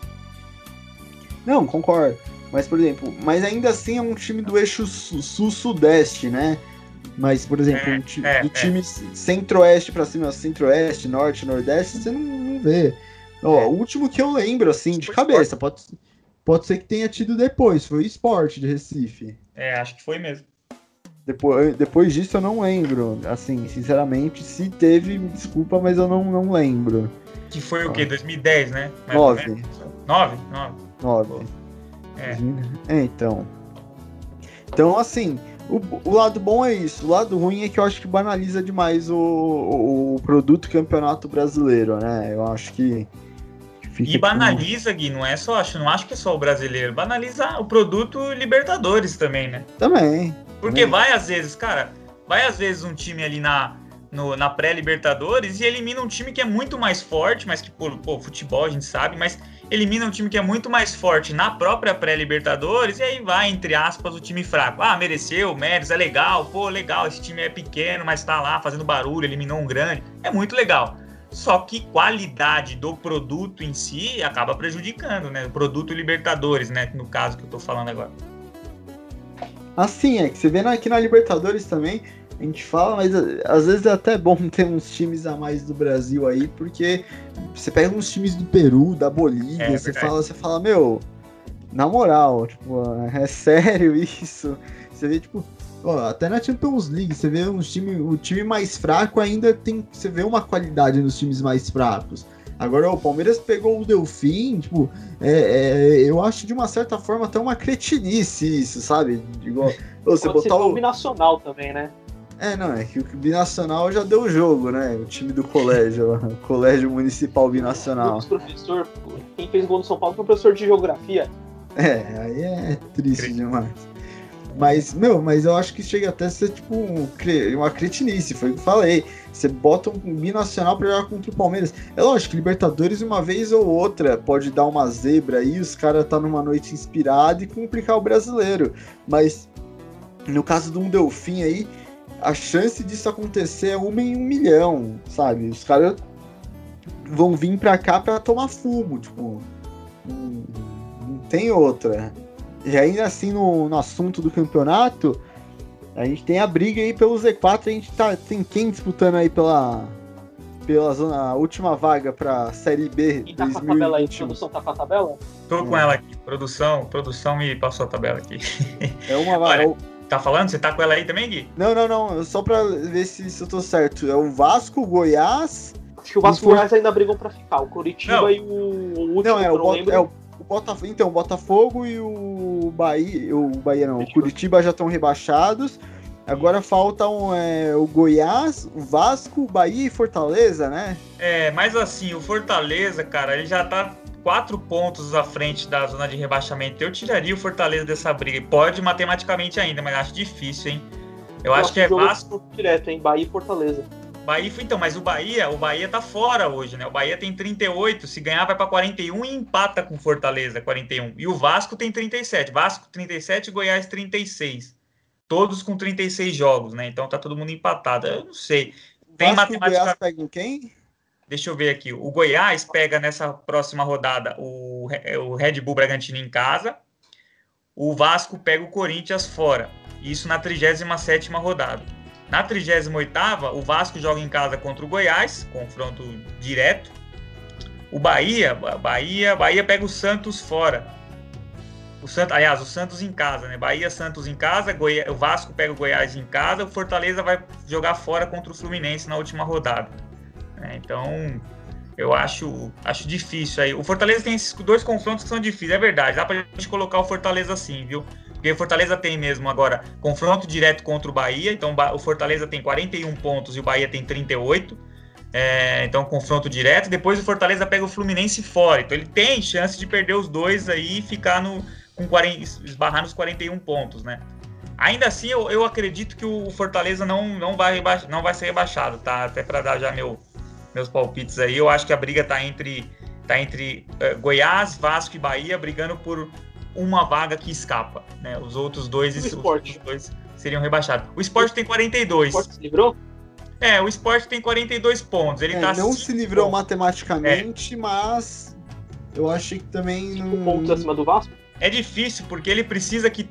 Não, concordo. Mas, por exemplo, mas ainda assim é um time do eixo sul-sudeste, né? Mas, por exemplo, do time centro-oeste pra cima, centro-oeste, norte, nordeste, você não vê. Ó, o último que eu lembro, assim, de cabeça, pode ser que tenha tido depois, foi o Sport de Recife. Acho que foi mesmo. Depois disso eu não lembro, assim, sinceramente, se teve, me desculpa, mas eu não lembro. Que foi o quê? 2010, né? 9. 9? 9. Então. Então, assim, o lado bom é isso. O lado ruim é que eu acho que banaliza demais o produto campeonato brasileiro, né? Eu acho que e banaliza, Gui, não acho que é só o brasileiro. Banaliza o produto Libertadores também, né? Também. Porque vai às vezes um time ali na pré-Libertadores e elimina um time que é muito mais forte, mas que, futebol a gente sabe, mas elimina um time que é muito mais forte na própria pré-Libertadores e aí vai, entre aspas, o time fraco. Ah, mereceu, méritos, é legal, legal, esse time é pequeno, mas tá lá fazendo barulho, eliminou um grande, é muito legal. Só que qualidade do produto em si acaba prejudicando, né? O produto Libertadores, né? No caso que eu tô falando agora. Assim, que você vê aqui na Libertadores também, a gente fala, mas às vezes é até bom ter uns times a mais do Brasil aí, porque você pega uns times do Peru, da Bolívia, você fala, meu, na moral, tipo, é sério isso? Você vê, tipo, até na Champions League, você vê o time mais fraco ainda você vê uma qualidade nos times mais fracos. Agora, o Palmeiras pegou o Delfim, tipo, eu acho de uma certa forma até uma cretinice isso, sabe? Igual, você botar o binacional também, né? É que o binacional já deu o jogo, né? O time do colégio, o colégio municipal binacional. Professor, quem fez gol no São Paulo foi o professor de geografia. Aí é triste demais. Mas eu acho que chega até a ser tipo uma cretinice, foi o que eu falei. Você bota um binacional pra jogar contra o Palmeiras. É lógico que Libertadores, uma vez ou outra, pode dar uma zebra aí, os caras tá numa noite inspirada e complicar o brasileiro. Mas no caso de um Delfim aí, a chance disso acontecer é 1 em 1 milhão, sabe? Os caras vão vir pra cá pra tomar fumo, tipo, não tem outra. E ainda assim, no assunto do campeonato, a gente tem a briga aí pelo Z4, a gente tem quem disputando aí pela zona, última vaga pra Série B. E tá com a tabela aí, produção tá com a tabela? Tô com ela aqui, produção me passou a tabela aqui. É uma vaga. Tá falando? Você tá com ela aí também, Gui? Não, só pra ver se eu tô certo. É o Vasco, o Goiás... Acho que o Vasco e o Goiás ainda brigam pra ficar, o Curitiba e o último, o Botafogo e o Bahia... O Curitiba já estão rebaixados. Agora faltam o Goiás, o Vasco, o Bahia e Fortaleza, né? Mas assim, o Fortaleza, cara, ele já tá 4 pontos à frente da zona de rebaixamento. Eu tiraria o Fortaleza dessa briga. Pode matematicamente ainda, mas acho difícil, hein? Eu acho que é Vasco... direto, hein? Bahia e Fortaleza. Então, mas o Bahia tá fora hoje, né? O Bahia tem 38, se ganhar vai para 41 e empata com Fortaleza, 41. E o Vasco tem 37. Vasco 37 e Goiás 36. Todos com 36 jogos, né? Então tá todo mundo empatado. Eu não sei. Tem matemática... O Goiás pega em quem? Deixa eu ver aqui. O Goiás pega nessa próxima rodada o Red Bull Bragantino em casa. O Vasco pega o Corinthians fora. Isso na 37ª rodada. Na 38ª, o Vasco joga em casa contra o Goiás, confronto direto. O Bahia pega o Santos fora. O Santos em casa, né? Bahia, Santos em casa, o Vasco pega o Goiás em casa, o Fortaleza vai jogar fora contra o Fluminense na última rodada. Então, eu acho difícil aí. O Fortaleza tem esses 2 confrontos que são difíceis, é verdade. Dá pra gente colocar o Fortaleza assim, viu? Porque o Fortaleza tem mesmo agora confronto direto contra o Bahia. Então, o Fortaleza tem 41 pontos e o Bahia tem 38. Então, confronto direto. Depois o Fortaleza pega o Fluminense fora. Então, ele tem chance de perder os 2 aí e ficar esbarrar nos 41 pontos, né? Ainda assim, eu acredito que o Fortaleza não vai ser rebaixado, tá? Até para dar já meus palpites aí. Eu acho que a briga tá entre Goiás, Vasco e Bahia brigando por uma vaga que escapa, né? Os outros dois... seriam rebaixados. O Sport tem 42. O Sport se livrou? O Sport tem 42 pontos. Ele não se livrou matematicamente, mas eu achei que também 5 pontos acima do Vasco. É difícil, porque ele precisa que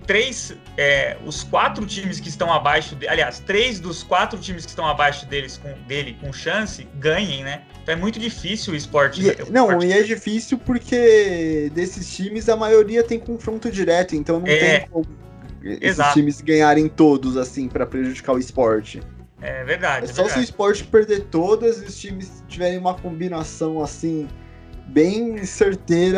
os 4 times que estão abaixo aliás, 3 dos 4 times que estão abaixo dele com chance ganhem, né? Então é muito difícil o Sport. E é difícil porque desses times a maioria tem confronto direto, então não tem como esses times ganharem todos, assim, pra prejudicar o Sport. É verdade. É só se o Sport perder todas e os times tiverem uma combinação, assim, bem certeira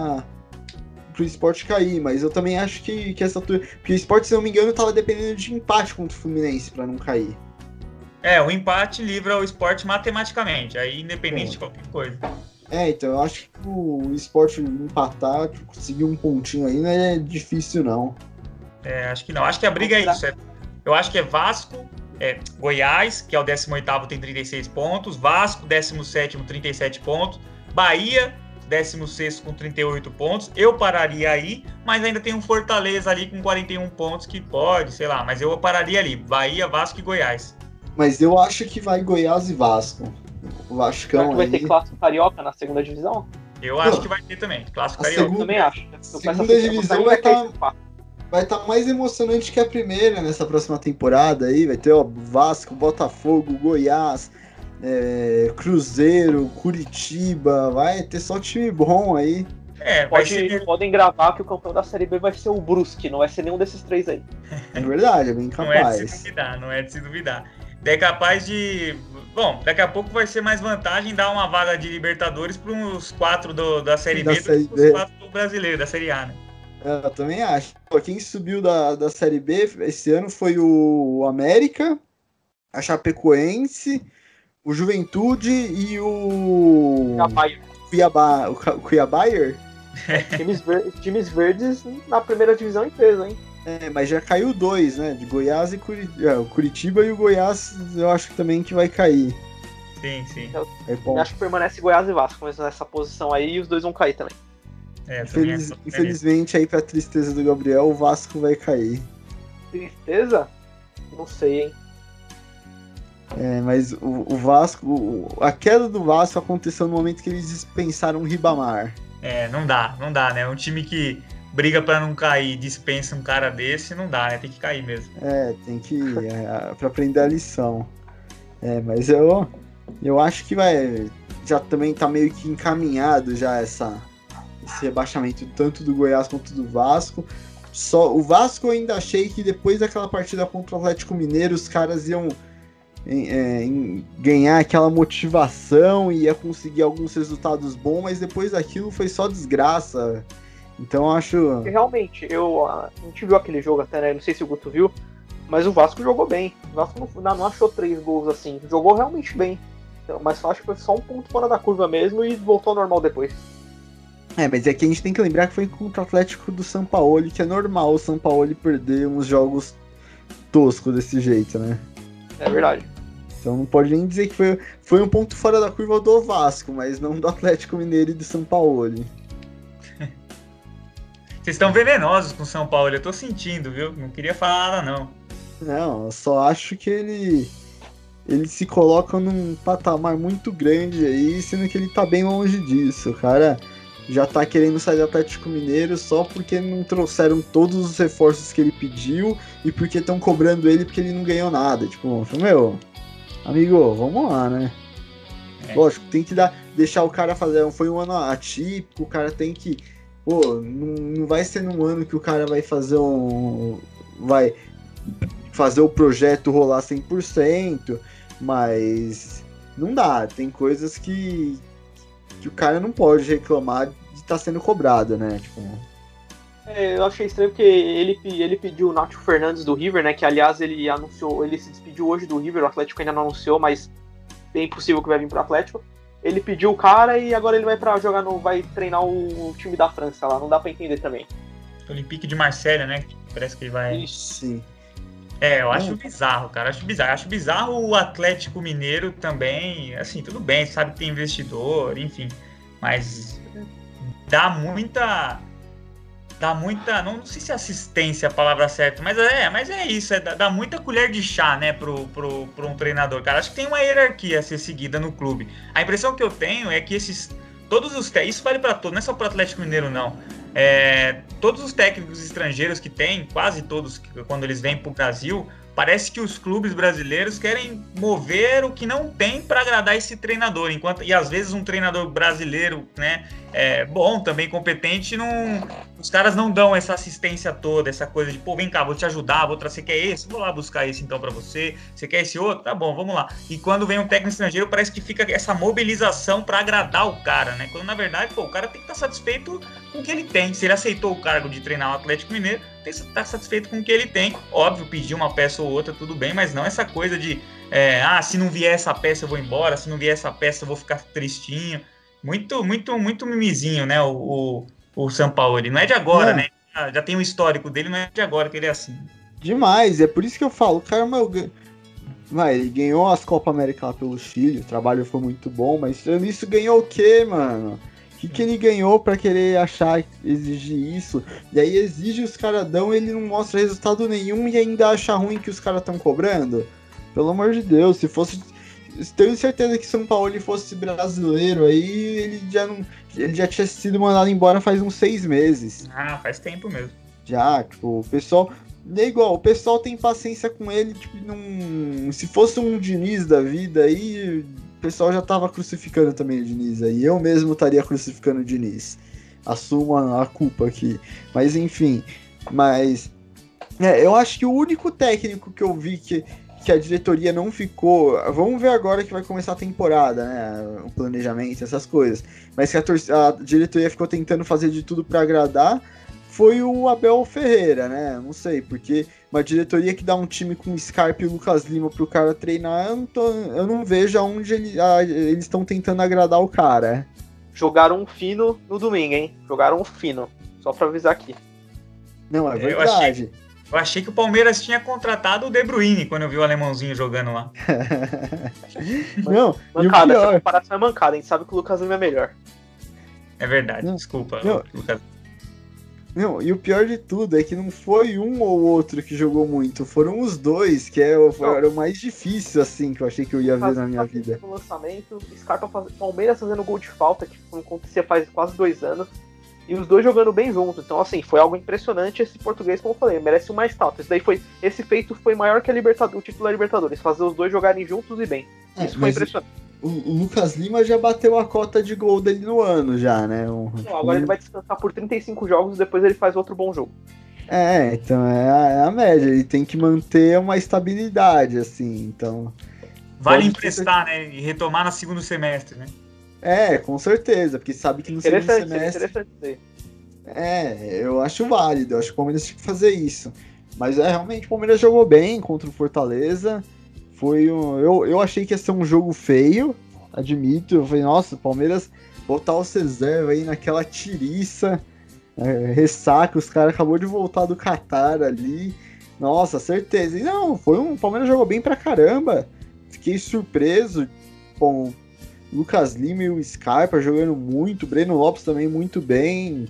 pro Sport cair, mas eu também acho que essa altura... Porque o Sport, se não me engano, tava dependendo de empate contra o Fluminense pra não cair. O empate livra o Sport matematicamente, aí independente de qualquer coisa. Então eu acho que o Sport empatar, conseguir um pontinho aí não é difícil, não. Acho que não. Acho que a briga é isso. Eu acho que é Vasco, Goiás, que é o 18º, tem 36 pontos, Vasco, 17º, 37 pontos, Bahia, 16º com 38 pontos, eu pararia aí, mas ainda tem um Fortaleza ali com 41 pontos que pode, sei lá, mas eu pararia ali, Bahia, Vasco e Goiás. Mas eu acho que vai Goiás e Vasco. O Vascão vai ter clássico carioca na segunda divisão? Eu acho que vai ter também, clássico carioca. Eu também acho. Segunda divisão vai estar mais emocionante que a primeira nessa próxima temporada aí, vai ter Vasco, Botafogo, Goiás, Cruzeiro, Curitiba, vai ter só time bom aí. Podem gravar que o campeão da Série B vai ser o Brusque, não vai ser nenhum desses 3 aí. É verdade, é bem capaz. Não é de se duvidar. É capaz de... Bom, daqui a pouco vai ser mais vantagem dar uma vaga de Libertadores para uns 4 da Série B do que os 4 do Brasileiro, da Série A, né? Eu também acho. Quem subiu da Série B esse ano foi o América, a Chapecoense, o Juventude e o Cuiabá. O Cuiabaier? Times verdes na primeira divisão em peso, hein? Mas já caiu 2, né? De Goiás e o Curitiba e o Goiás eu acho que também que vai cair. Sim. Eu acho que permanece Goiás e Vasco nessa posição aí e os dois vão cair também. Infelizmente, aí pra tristeza do Gabriel, o Vasco vai cair. Tristeza? Não sei, hein? Mas o Vasco, a queda do Vasco aconteceu no momento que eles dispensaram o Ribamar. Não dá, né? Um time que briga pra não cair, dispensa um cara desse, não dá, né? Tem que cair mesmo. Tem que pra aprender a lição. Mas eu acho que já também tá meio que encaminhado já esse rebaixamento tanto do Goiás quanto do Vasco. Só o Vasco eu ainda achei que depois daquela partida contra o Atlético Mineiro os caras iam ganhar aquela motivação e ia conseguir alguns resultados bons, mas depois daquilo foi só desgraça. Então eu acho... Realmente, a gente viu aquele jogo até, né? Não sei se o Guto viu, mas o Vasco jogou bem. O Vasco não achou 3 gols assim, jogou realmente bem. Então, mas só acho que foi só um ponto fora da curva mesmo e voltou ao normal depois. Mas é que a gente tem que lembrar que foi contra o Atlético do Sampaoli, que é normal o Sampaoli perder uns jogos toscos desse jeito, né? É verdade. Então não pode nem dizer que foi um ponto fora da curva do Vasco, mas não do Atlético Mineiro e do Sampaoli. Vocês estão venenosos com o São Paulo, eu tô sentindo, viu? Não queria falar nada, não. Não, eu só acho que ele se coloca num patamar muito grande aí, sendo que ele tá bem longe disso. O cara já tá querendo sair do Atlético Mineiro só porque não trouxeram todos os reforços que ele pediu e porque estão cobrando ele porque ele não ganhou nada. Tipo, meu, amigo, vamos lá, né? Lógico, tem que deixar o cara fazer. Foi um ano atípico, o cara tem que... não vai ser num ano que o cara vai fazer o projeto rolar 100%, mas não dá. Tem coisas que o cara não pode reclamar de estar sendo cobrado, né? Tipo... eu achei estranho porque ele pediu o Nacho Fernandes do River, né? Que aliás ele se despediu hoje do River, o Atlético ainda não anunciou, mas bem possível que vai vir pro Atlético. Ele pediu o cara e agora ele vai vai treinar o time da França lá, não dá pra entender também. Olympique de Marselha, né? Parece que ele vai... Isso, sim. Eu acho bizarro, cara, acho bizarro o Atlético Mineiro também, assim, tudo bem, sabe que tem investidor, enfim, mas dá muita dá muita, não sei se assistência é a palavra certa, mas é isso, dá muita colher de chá, né, pro um treinador, cara. Acho que tem uma hierarquia a ser seguida no clube. A impressão que eu tenho é que todos os técnicos, isso vale para todos, não é só pro Atlético Mineiro, não. Todos os técnicos estrangeiros que tem, quase todos, quando eles vêm pro Brasil, parece que os clubes brasileiros querem mover o que não tem para agradar esse treinador, e às vezes um treinador brasileiro, né, bom, também competente, os caras não dão essa assistência toda, essa coisa de, pô, vem cá, vou te ajudar, você quer esse? Vou lá buscar esse então para você quer esse outro? Tá bom, vamos lá. E quando vem um técnico estrangeiro, parece que fica essa mobilização para agradar o cara, né, quando na verdade, pô, o cara tem que estar satisfeito com o que ele tem. Se ele aceitou o cargo de treinar o Atlético Mineiro, tem que estar satisfeito com o que ele tem. Óbvio, pedir uma peça ou outra, tudo bem, mas não essa coisa de se não vier essa peça eu vou embora, se não vier essa peça eu vou ficar tristinho. Muito, muito, muito mimizinho, né, o Sampaoli. Não é de agora, né? Já tem um histórico dele, não é de agora que ele é assim. Demais, é por isso que eu falo, cara, ele ganhou as Copa América lá pelo Chile, o trabalho foi muito bom, mas isso ganhou o quê, mano? O que ele ganhou pra querer exigir isso? E aí exige os caras dão, ele não mostra resultado nenhum e ainda acha ruim que os caras estão cobrando? Pelo amor de Deus, se fosse... Tenho certeza que São Paulo fosse brasileiro aí, ele já tinha sido mandado embora faz uns 6 meses. Ah, faz tempo mesmo. Já, tipo, o pessoal... É igual, o pessoal tem paciência com ele, tipo, se fosse um Diniz da vida aí, o pessoal já tava crucificando também o Diniz aí. Eu mesmo estaria crucificando o Diniz. Assumo a culpa aqui. Mas enfim, eu acho que o único técnico que eu vi que a diretoria não ficou... Vamos ver agora que vai começar a temporada, né? O planejamento, essas coisas. Mas que a diretoria ficou tentando fazer de tudo pra agradar... Foi o Abel Ferreira, né? Não sei, porque uma diretoria que dá um time com Scarpa e Lucas Lima pro cara treinar, eu não vejo aonde eles estão tentando agradar o cara. Jogaram um fino no domingo, hein? Jogaram um fino. Só pra avisar aqui. Não, é verdade. Eu achei que o Palmeiras tinha contratado o De Bruyne quando eu vi o alemãozinho jogando lá. Não, mancada, essa comparação é mancada, a gente sabe que o Lucas Lima é melhor. É verdade, desculpa, Lucas. Não, e o pior de tudo é que não foi um ou outro que jogou muito, foram os dois, que era o mais difícil, assim, que eu achei que eu ia ver na minha vida. No lançamento, Scarpa Palmeiras fazendo gol de falta, que não acontecia faz quase 2 anos, e os dois jogando bem juntos. Então, assim, foi algo impressionante. Esse português, como eu falei, merece o mais talento. Esse feito foi maior que o título da Libertadores, fazer os dois jogarem juntos e bem. Isso foi impressionante. O Lucas Lima já bateu a cota de gol dele no ano, já, né? Agora ele vai descansar por 35 jogos e depois ele faz outro bom jogo. Então é a média. Ele tem que manter uma estabilidade, assim, então... Vale emprestar, né? E retomar no segundo semestre, né? Com certeza, porque sabe que no segundo semestre... Interessante. Eu acho válido. Eu acho que o Palmeiras tinha que fazer isso. Mas realmente o Palmeiras jogou bem contra o Fortaleza. Eu achei que ia ser um jogo feio, admito. Eu falei, nossa, o Palmeiras botar o reserva aí naquela tiriça, ressaca, os caras acabou de voltar do Catar ali. Nossa, certeza. E não, o Palmeiras jogou bem pra caramba. Fiquei surpreso. Bom, Lucas Lima e o Scarpa jogando muito, Breno Lopes também muito bem.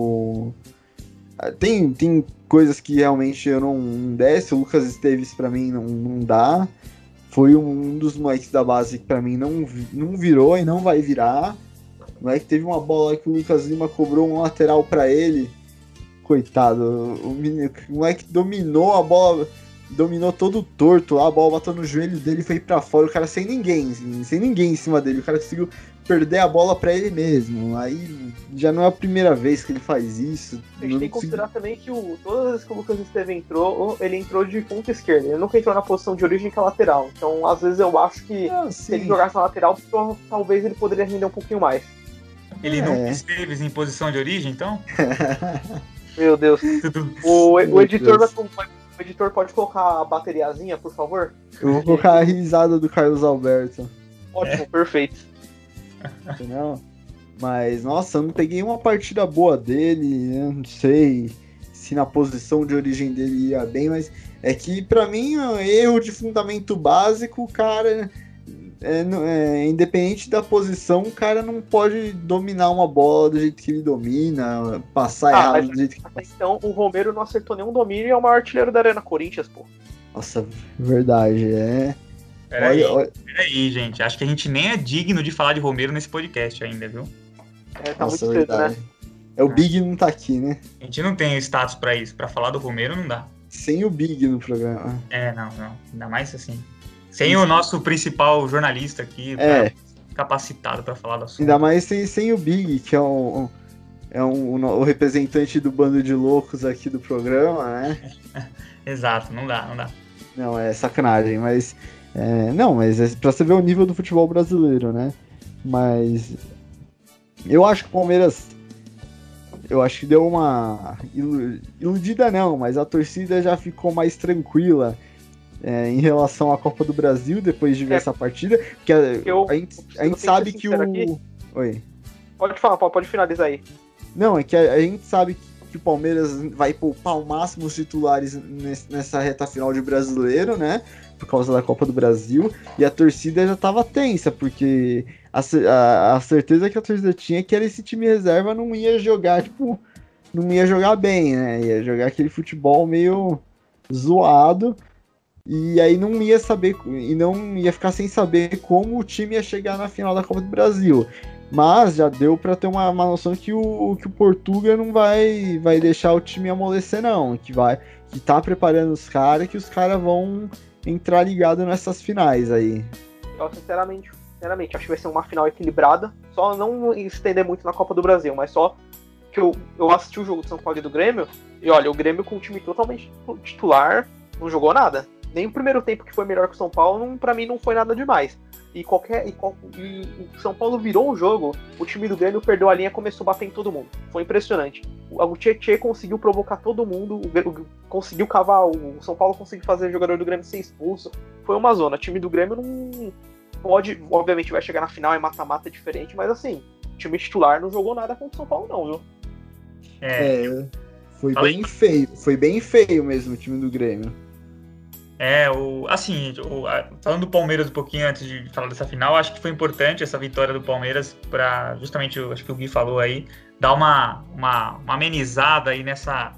Tem coisas que realmente eu não desce. O Lucas Esteves pra mim não dá. Foi um dos moleques da base que pra mim não virou e não vai virar. O moleque teve uma bola que o Lucas Lima cobrou um lateral pra ele. Coitado, o moleque dominou a bola, dominou todo torto lá, a bola bateu no joelho dele e foi pra fora. O cara sem ninguém em cima dele. O cara conseguiu perder a bola pra ele mesmo. Aí já não é a primeira vez que ele faz isso. A gente tem que considerar também que todas as vezes que o Lucas Esteves entrou, ele entrou de ponta esquerda. Ele nunca entrou na posição de origem que é lateral. Então, às vezes eu acho que se ele jogasse na lateral, talvez ele poderia render um pouquinho mais. Ele nunca esteve em posição de origem, então? Meu Deus. O editor pode colocar a bateriazinha, por favor? Eu vou colocar a risada do Carlos Alberto. Ótimo, perfeito. Não, mas, nossa, eu não peguei uma partida boa dele, eu não sei se na posição de origem dele ia bem, mas é que pra mim, erro de fundamento básico, o cara independente da posição, o cara não pode dominar uma bola do jeito que ele domina, passar errado do jeito que passa. Então o Romero não acertou nenhum domínio e é o maior artilheiro da Arena Corinthians, pô. Nossa, verdade, Peraí, gente. Acho que a gente nem é digno de falar de Romero nesse podcast ainda, viu? Tá muito cedo, né? O Big não tá aqui, né? A gente não tem status pra isso. Pra falar do Romero não dá. Sem o Big no programa. Não. Ainda mais assim. Sem o nosso principal jornalista aqui, capacitado para falar do assunto. Ainda mais sem o Big, que é o representante do bando de loucos aqui do programa, né? Exato, não dá. Não, é sacanagem, mas... mas é pra você ver o nível do futebol brasileiro, né? Mas... Eu acho que o Palmeiras... Eu acho que deu uma... Iludida não, mas a torcida já ficou mais tranquila... em relação à Copa do Brasil, depois de ver essa partida, porque a gente sabe que o... Aqui. Oi. Pode falar, pode finalizar aí. Não, é que a gente sabe que o Palmeiras vai poupar ao máximo os titulares nessa reta final de brasileiro, né? Por causa da Copa do Brasil, e a torcida já tava tensa, porque a certeza que a torcida tinha é que esse time reserva não ia jogar, não ia jogar bem, né? Ia jogar aquele futebol meio zoado. E aí não ia saber, e não ia ficar sem saber como o time ia chegar na final da Copa do Brasil. Mas já deu para ter uma noção que o Portuga não vai deixar o time amolecer, não. Que tá preparando os caras, que os caras vão entrar ligado nessas finais aí. Eu sinceramente, acho que vai ser uma final equilibrada. Só não estender muito na Copa do Brasil, mas só que eu assisti o jogo do São Paulo e do Grêmio, e olha, o Grêmio com o time totalmente titular não jogou nada. Nem o primeiro tempo, que foi melhor que o São Paulo, pra mim não foi nada demais. E o São Paulo virou o jogo, o time do Grêmio perdeu a linha e começou a bater em todo mundo. Foi impressionante. O Tietê conseguiu provocar todo mundo, conseguiu cavar, o São Paulo conseguiu fazer o jogador do Grêmio ser expulso. Foi uma zona. O time do Grêmio não pode, obviamente vai chegar na final, é mata-mata diferente, mas assim, o time titular não jogou nada contra o São Paulo não, viu? Foi bem feio mesmo o time do Grêmio. Falando do Palmeiras um pouquinho antes de falar dessa final, acho que foi importante essa vitória do Palmeiras para, justamente, acho que o Gui falou aí, dar uma amenizada aí nessa...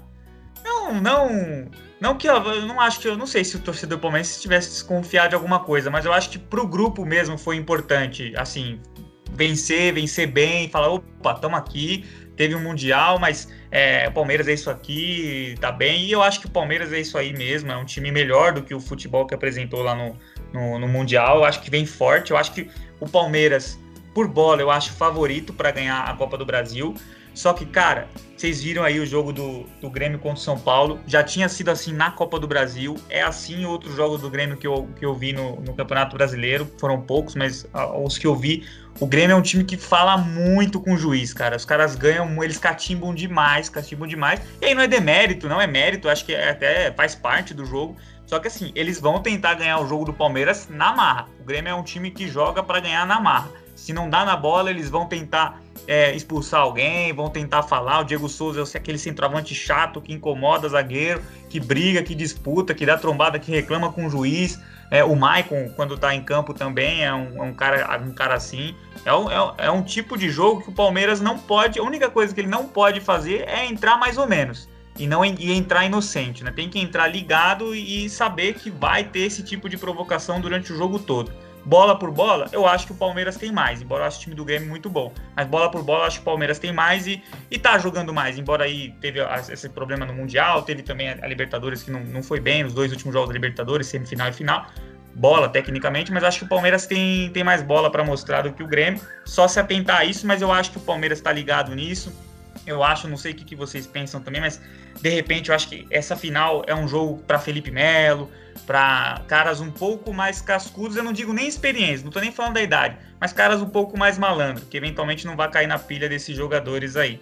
Não que eu não sei se o torcedor palmeirense tivesse desconfiado de alguma coisa, mas eu acho que pro grupo mesmo foi importante, assim, vencer bem, falar, opa, estamos aqui, teve um Mundial, mas o Palmeiras é isso aqui, tá bem, e eu acho que o Palmeiras é isso aí mesmo, é um time melhor do que o futebol que apresentou lá no Mundial, eu acho que vem forte, eu acho que o Palmeiras, por bola, eu acho favorito para ganhar a Copa do Brasil, só que, cara, vocês viram aí o jogo do Grêmio contra o São Paulo, já tinha sido assim na Copa do Brasil, é assim em outros jogos do Grêmio que eu vi no Campeonato Brasileiro, foram poucos, mas os que eu vi, o Grêmio é um time que fala muito com o juiz, cara, os caras ganham, eles catimbam demais, e aí não é demérito, não é mérito, acho que até faz parte do jogo, só que assim, eles vão tentar ganhar o jogo do Palmeiras na marra, o Grêmio é um time que joga para ganhar na marra, se não dá na bola, eles vão tentar expulsar alguém, vão tentar falar. O Diego Souza é aquele centroavante chato que incomoda zagueiro, que briga, que disputa, que dá trombada, que reclama com o juiz. O Maicon, quando tá em campo, também é um cara assim. É um tipo de jogo que o Palmeiras não pode. A única coisa que ele não pode fazer é entrar mais ou menos. E entrar inocente, né? Tem que entrar ligado e saber que vai ter esse tipo de provocação durante o jogo todo. Bola por bola, eu acho que o Palmeiras tem mais, embora eu ache o time do Grêmio muito bom. Mas bola por bola, eu acho que o Palmeiras tem mais e tá jogando mais. Embora aí teve esse problema no Mundial, teve também a Libertadores que não foi bem, os 2 últimos jogos da Libertadores, semifinal e final. Bola, tecnicamente, mas acho que o Palmeiras tem mais bola para mostrar do que o Grêmio. Só se atentar a isso, mas eu acho que o Palmeiras tá ligado nisso. Eu acho, não sei o que vocês pensam também, mas de repente eu acho que essa final é um jogo para Felipe Melo, para caras um pouco mais cascudos, eu não digo nem experiência, não tô nem falando da idade, mas caras um pouco mais malandro, que eventualmente não vai cair na pilha desses jogadores aí.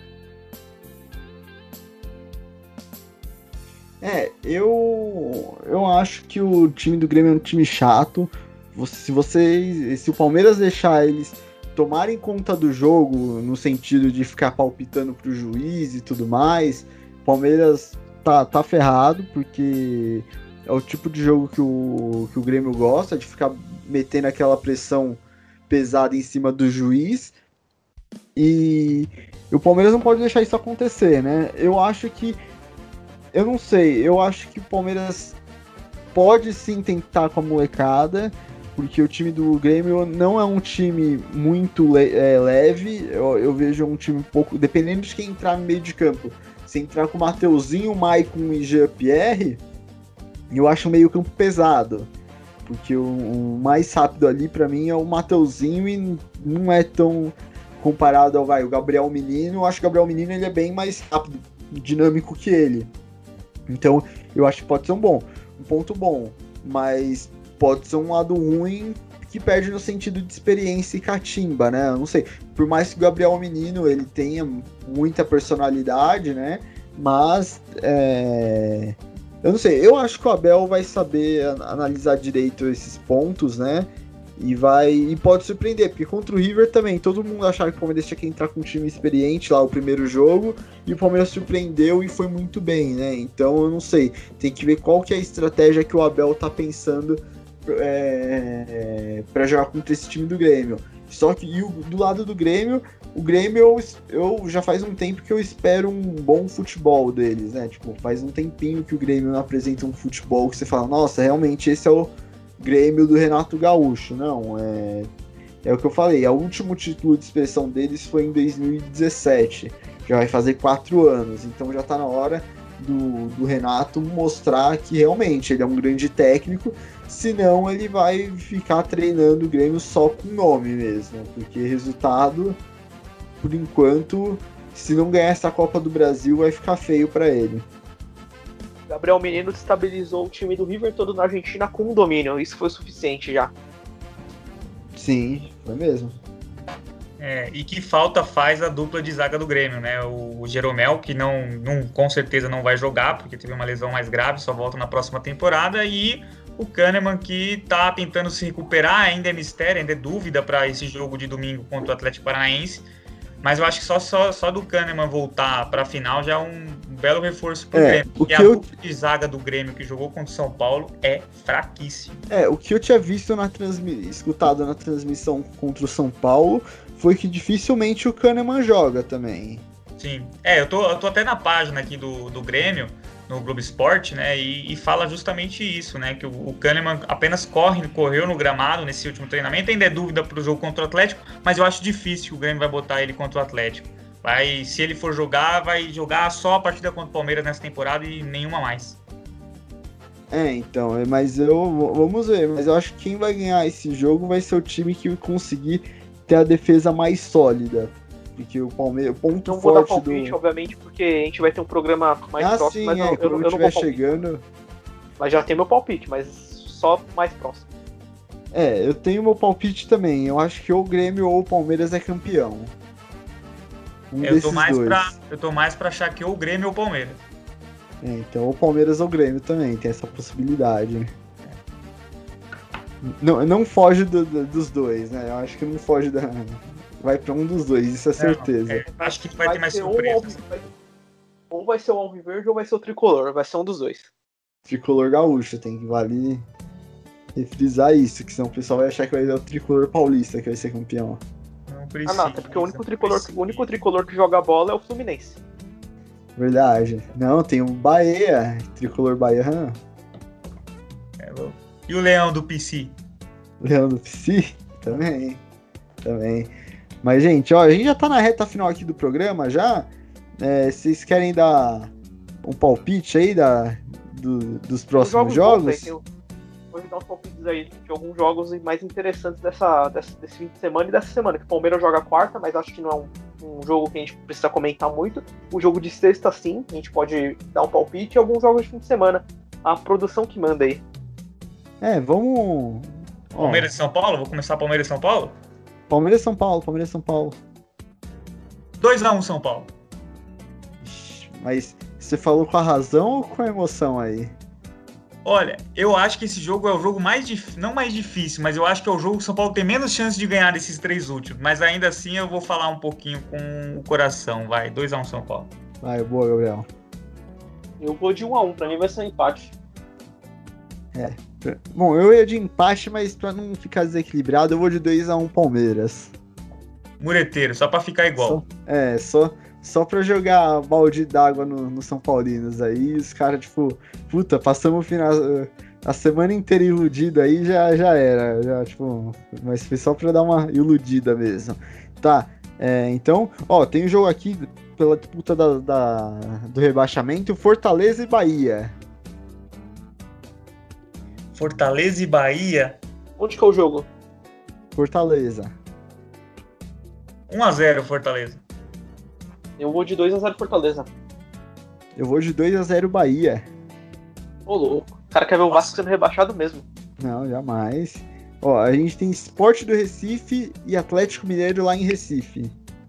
Eu acho que o time do Grêmio é um time chato. Se o Palmeiras deixar eles tomarem conta do jogo, no sentido de ficar palpitando pro juiz e tudo mais, o Palmeiras tá ferrado, porque é o tipo de jogo que o Grêmio gosta, de ficar metendo aquela pressão pesada em cima do juiz. E o Palmeiras não pode deixar isso acontecer, né? Eu acho que o Palmeiras pode sim tentar com a molecada, porque o time do Grêmio não é um time muito leve. Eu vejo um time um pouco, dependendo de quem entrar no meio de campo. Se entrar com o Mateuzinho, Maicon e Jean-Pierre, eu acho um meio campo pesado. Porque o mais rápido ali pra mim é o Mateuzinho e não é tão comparado ao o Gabriel Menino. Eu acho que o Gabriel Menino ele é bem mais rápido, dinâmico que ele. Então eu acho que pode ser um ponto bom, mas pode ser um lado ruim que perde no sentido de experiência e catimba, né? Eu não sei, por mais que o Gabriel Menino ele tenha muita personalidade, né? Mas eu não sei, eu acho que o Abel vai saber analisar direito esses pontos, né? E pode surpreender, porque contra o River também, todo mundo achava que o Palmeiras tinha que entrar com um time experiente lá, o primeiro jogo, e o Palmeiras surpreendeu e foi muito bem, né? Então eu não sei, tem que ver qual que é a estratégia que o Abel tá pensando para jogar contra esse time do Grêmio. Só que do lado do Grêmio, o Grêmio eu já faz um tempo que eu espero um bom futebol deles, né? Tipo, faz um tempinho que o Grêmio não apresenta um futebol que você fala, nossa, realmente esse é o Grêmio do Renato Gaúcho. Não, é o que eu falei, o último título de expressão deles foi em 2017, já vai fazer 4 anos, então já tá na hora do Renato mostrar que realmente ele é um grande técnico, senão ele vai ficar treinando o Grêmio só com nome mesmo, porque resultado, por enquanto, se não ganhar essa Copa do Brasil, vai ficar feio para ele. Gabriel Menino estabilizou o time do River todo na Argentina com um domínio. Isso foi o suficiente já. Sim, foi mesmo. E que falta faz a dupla de zaga do Grêmio, né? O Jeromel, que não com certeza não vai jogar, porque teve uma lesão mais grave, só volta na próxima temporada, e o Kahneman, que tá tentando se recuperar, ainda é mistério, ainda é dúvida para esse jogo de domingo contra o Atlético Paranaense. Mas eu acho que só do Kahneman voltar para a final já é um belo reforço pro Grêmio. Porque a dupla de zaga do Grêmio que jogou contra o São Paulo é fraquíssimo. O que eu tinha visto escutado na transmissão contra o São Paulo foi que dificilmente o Kahneman joga também. Sim, eu tô até na página aqui do Grêmio, no Globo Esporte, né, e fala justamente isso, né, que o Kahneman apenas correu no gramado nesse último treinamento, ainda é dúvida pro jogo contra o Atlético, mas eu acho difícil que o Grêmio vai botar ele contra o Atlético. Se ele for jogar, vai jogar só a partida contra o Palmeiras nessa temporada e nenhuma mais. Então, mas vamos ver, mas eu acho que quem vai ganhar esse jogo vai ser o time que conseguir ter a defesa mais sólida. Porque o Palmeiras, o ponto não forte vou dar palpite, obviamente, porque a gente vai ter um programa mais próximo, sim, mas quando eu não estiver vou chegando. Mas já tem meu palpite, mas só mais próximo. Eu tenho meu palpite também. Eu acho que ou o Grêmio ou o Palmeiras é campeão. Eu tô mais pra achar que ou o Grêmio ou o Palmeiras. Então o Palmeiras ou o Grêmio também, tem essa possibilidade. Não foge dos dois, né? Eu acho que não foge vai pra um dos dois, isso é certeza. Acho que vai ter mais surpresas. Ou vai ser o Alviverde ou vai ser o Tricolor, vai ser um dos dois. Tricolor gaúcho, tem que vale refrisar isso, que senão o pessoal vai achar que vai ser o Tricolor paulista que vai ser campeão. Não precisa, até porque o único tricolor que joga bola é o Fluminense. Verdade. Não, tem o Bahia, Tricolor baiano. E o Leão do PC? Leão do PC? Também. Mas, gente, a gente já tá na reta final aqui do programa já. Vocês querem dar um palpite aí dos próximos jogos? Vou dar uns palpites aí de alguns jogos mais interessantes desse fim de semana e dessa semana. Que o Palmeiras joga quarta, mas acho que não é um jogo que a gente precisa comentar muito. O jogo de sexta, sim, a gente pode dar um palpite. E alguns jogos de fim de semana. A produção que manda aí. Vamos... Palmeiras e São Paulo? Vou começar Palmeiras e São Paulo? Palmeiras e São Paulo. 2-1 São Paulo. Mas você falou com a razão ou com a emoção aí? Olha, eu acho que esse jogo é o jogo não mais difícil, mas eu acho que é o jogo que o São Paulo tem menos chance de ganhar desses 3 últimos. Mas ainda assim eu vou falar um pouquinho com o coração. Vai, 2-1 São Paulo. Vai, boa, Gabriel. Eu vou de 1-1, pra mim vai ser um empate. Bom, eu ia de empate, mas pra não ficar desequilibrado, eu vou de 2-1 Palmeiras. Mureteiro, só pra ficar igual. Só pra jogar balde d'água no São Paulinos aí, os caras, tipo, puta, passamos o final, a semana inteira iludido aí, já era, já, tipo, mas foi só pra dar uma iludida mesmo. Tá, então, ó, tem um jogo aqui pela disputa do rebaixamento, Fortaleza e Bahia. Fortaleza e Bahia. Onde que é o jogo? Fortaleza. 1-0 Fortaleza. Eu vou de 2-0 Fortaleza. Eu vou de 2-0 Bahia. Ô, louco. O cara quer ver o Vasco sendo rebaixado mesmo. Não, jamais. Ó, a gente tem Sport do Recife e Atlético Mineiro lá em Recife.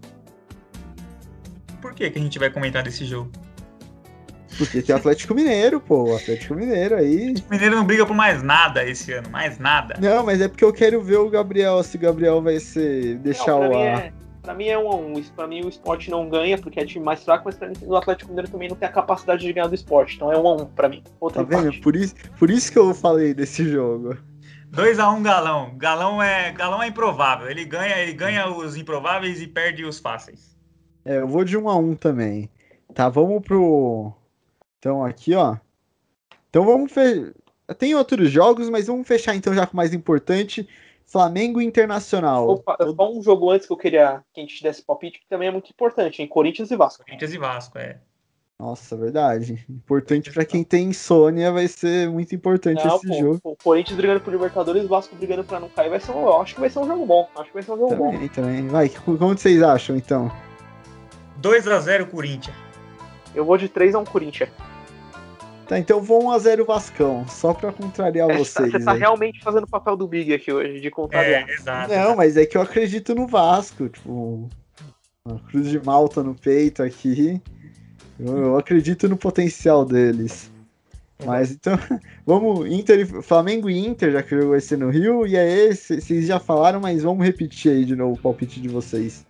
Por que a gente vai comentar desse jogo? Porque tem o Atlético Mineiro, pô. O Atlético Mineiro aí. O Mineiro não briga por mais nada esse ano, mais nada. Não, mas é porque eu quero ver o Gabriel, se o Gabriel vai ser. Deixar Não, o. Pra mim é 1-1. Pra mim o Sport não ganha, porque é time mais fraco, mas pra mim o Atlético Mineiro também não tem a capacidade de ganhar do Sport. Então é 1-1 pra mim. Tá vendo? Por isso que eu falei desse jogo. 2-1 Galão. Galão é improvável. Ele ganha os improváveis e perde os fáceis. Eu vou de 1-1 também. Tá, vamos pro. Então aqui, ó. Então vamos tem outros jogos, mas vamos fechar então já com o mais importante. Flamengo e Internacional. Opa, só um jogo antes que eu queria que a gente desse palpite, que também é muito importante, hein? Corinthians e Vasco. Corinthians e Vasco, Nossa, verdade. Importante pra quem tem insônia, vai ser muito importante esse jogo. O Corinthians brigando por Libertadores, o Vasco brigando pra não cair, eu acho que vai ser um jogo bom. Também. Vai, como vocês acham, então? 2-0 Corinthians. Eu vou de 3-1 Corinthians. Tá, então vou 1-0 Vascão, só pra contrariar vocês. Você tá realmente fazendo o papel do Big aqui hoje, de contrariar. Exato. Não, mas é que eu acredito no Vasco, tipo, uma cruz de malta no peito aqui. Eu acredito no potencial deles. Mas então, vamos, Flamengo e Inter, já que o jogo vai ser no Rio, e aí, vocês já falaram, mas vamos repetir aí de novo o palpite de vocês.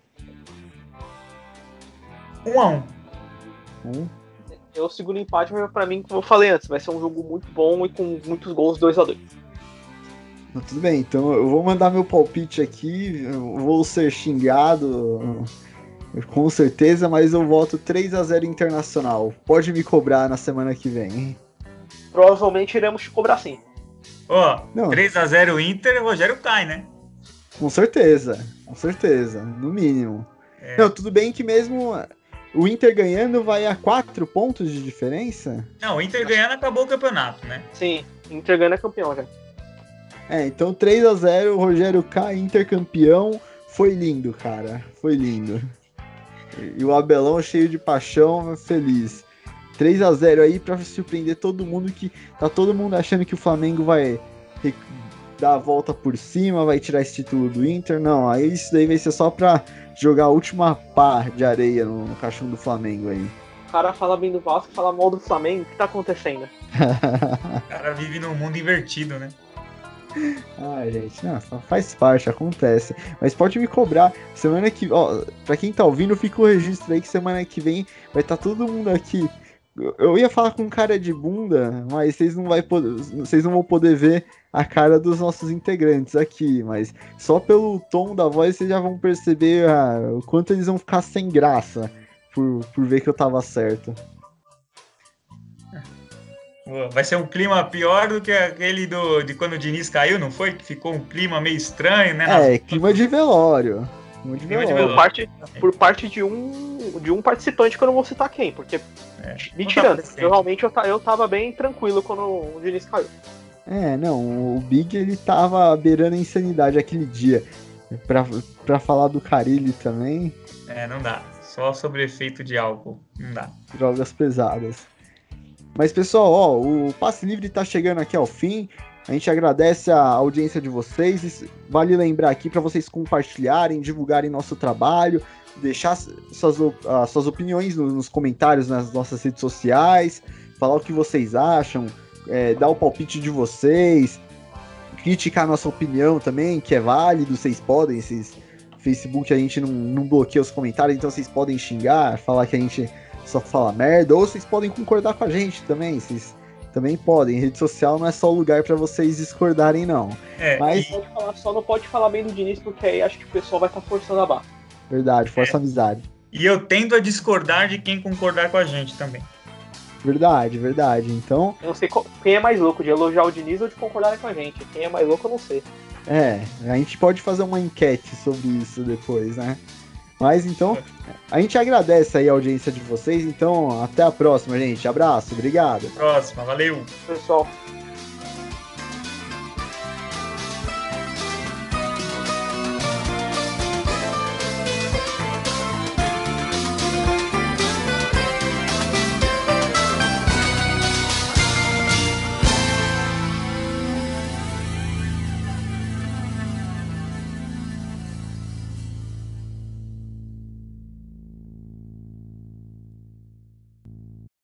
1-1. Eu seguro o empate, mas pra mim, como eu falei antes, vai ser um jogo muito bom e com muitos gols 2-2. Tudo bem, então eu vou mandar meu palpite aqui, eu vou ser xingado, com certeza, mas eu voto 3-0 Internacional. Pode me cobrar na semana que vem. Provavelmente iremos te cobrar sim. 3-0 Inter, o Rogério cai, né? Com certeza, no mínimo. Não, tudo bem que mesmo o Inter ganhando vai a 4 pontos de diferença? Não, o Inter ganhando acabou o campeonato, né? Sim, Inter ganhando é campeão já. Então 3-0, o Rogério cai, Inter campeão. Foi lindo, cara, foi lindo. E o Abelão cheio de paixão, feliz. 3-0 aí pra surpreender todo mundo, que tá todo mundo achando que o Flamengo vai dar a volta por cima, vai tirar esse título do Inter. Não, aí isso daí vai ser só pra jogar a última pá de areia no caixão do Flamengo aí. O cara fala bem do Vasco, fala mal do Flamengo, o que tá acontecendo? O cara vive num mundo invertido, né? Gente, não, faz parte, acontece. Mas pode me cobrar. Semana que... pra quem tá ouvindo, fica o registro aí que semana que vem vai estar todo mundo aqui. Eu ia falar com cara de bunda, mas vocês não vão poder ver a cara dos nossos integrantes aqui. Mas só pelo tom da voz vocês já vão perceber o quanto eles vão ficar sem graça por ver que eu tava certo. Vai ser um clima pior do que aquele de quando o Diniz caiu, não foi? Que ficou um clima meio estranho, né? Clima de velório. Por parte de um participante que eu não vou citar quem, porque me tirando, realmente eu tava bem tranquilo quando o Diniz caiu. Não, o Big ele tava beirando a insanidade aquele dia. Pra falar do Carille também. Não dá. Só sobre efeito de álcool, não dá. Drogas pesadas. Mas pessoal, o Passe Livre tá chegando aqui ao fim. A gente agradece a audiência de vocês. Vale lembrar aqui para vocês compartilharem, divulgarem nosso trabalho, deixar suas opiniões nos comentários nas nossas redes sociais, falar o que vocês acham, dar o palpite de vocês, criticar a nossa opinião também, que é válido, vocês podem. Facebook a gente não bloqueia os comentários, então vocês podem xingar, falar que a gente só fala merda, ou vocês podem concordar com a gente também, vocês também podem. Rede social não é só o lugar para vocês discordarem, não. Mas só não pode falar bem do Diniz, porque aí acho que o pessoal vai estar forçando a barra. Verdade, força a amizade. E eu tendo a discordar de quem concordar com a gente também. Verdade. Então... Eu não sei quem é mais louco, de elogiar o Diniz ou de concordar com a gente. Quem é mais louco, eu não sei. A gente pode fazer uma enquete sobre isso depois, né? Mas então, a gente agradece aí a audiência de vocês. Então, até a próxima, gente. Abraço, obrigado. Próxima, valeu. Pessoal.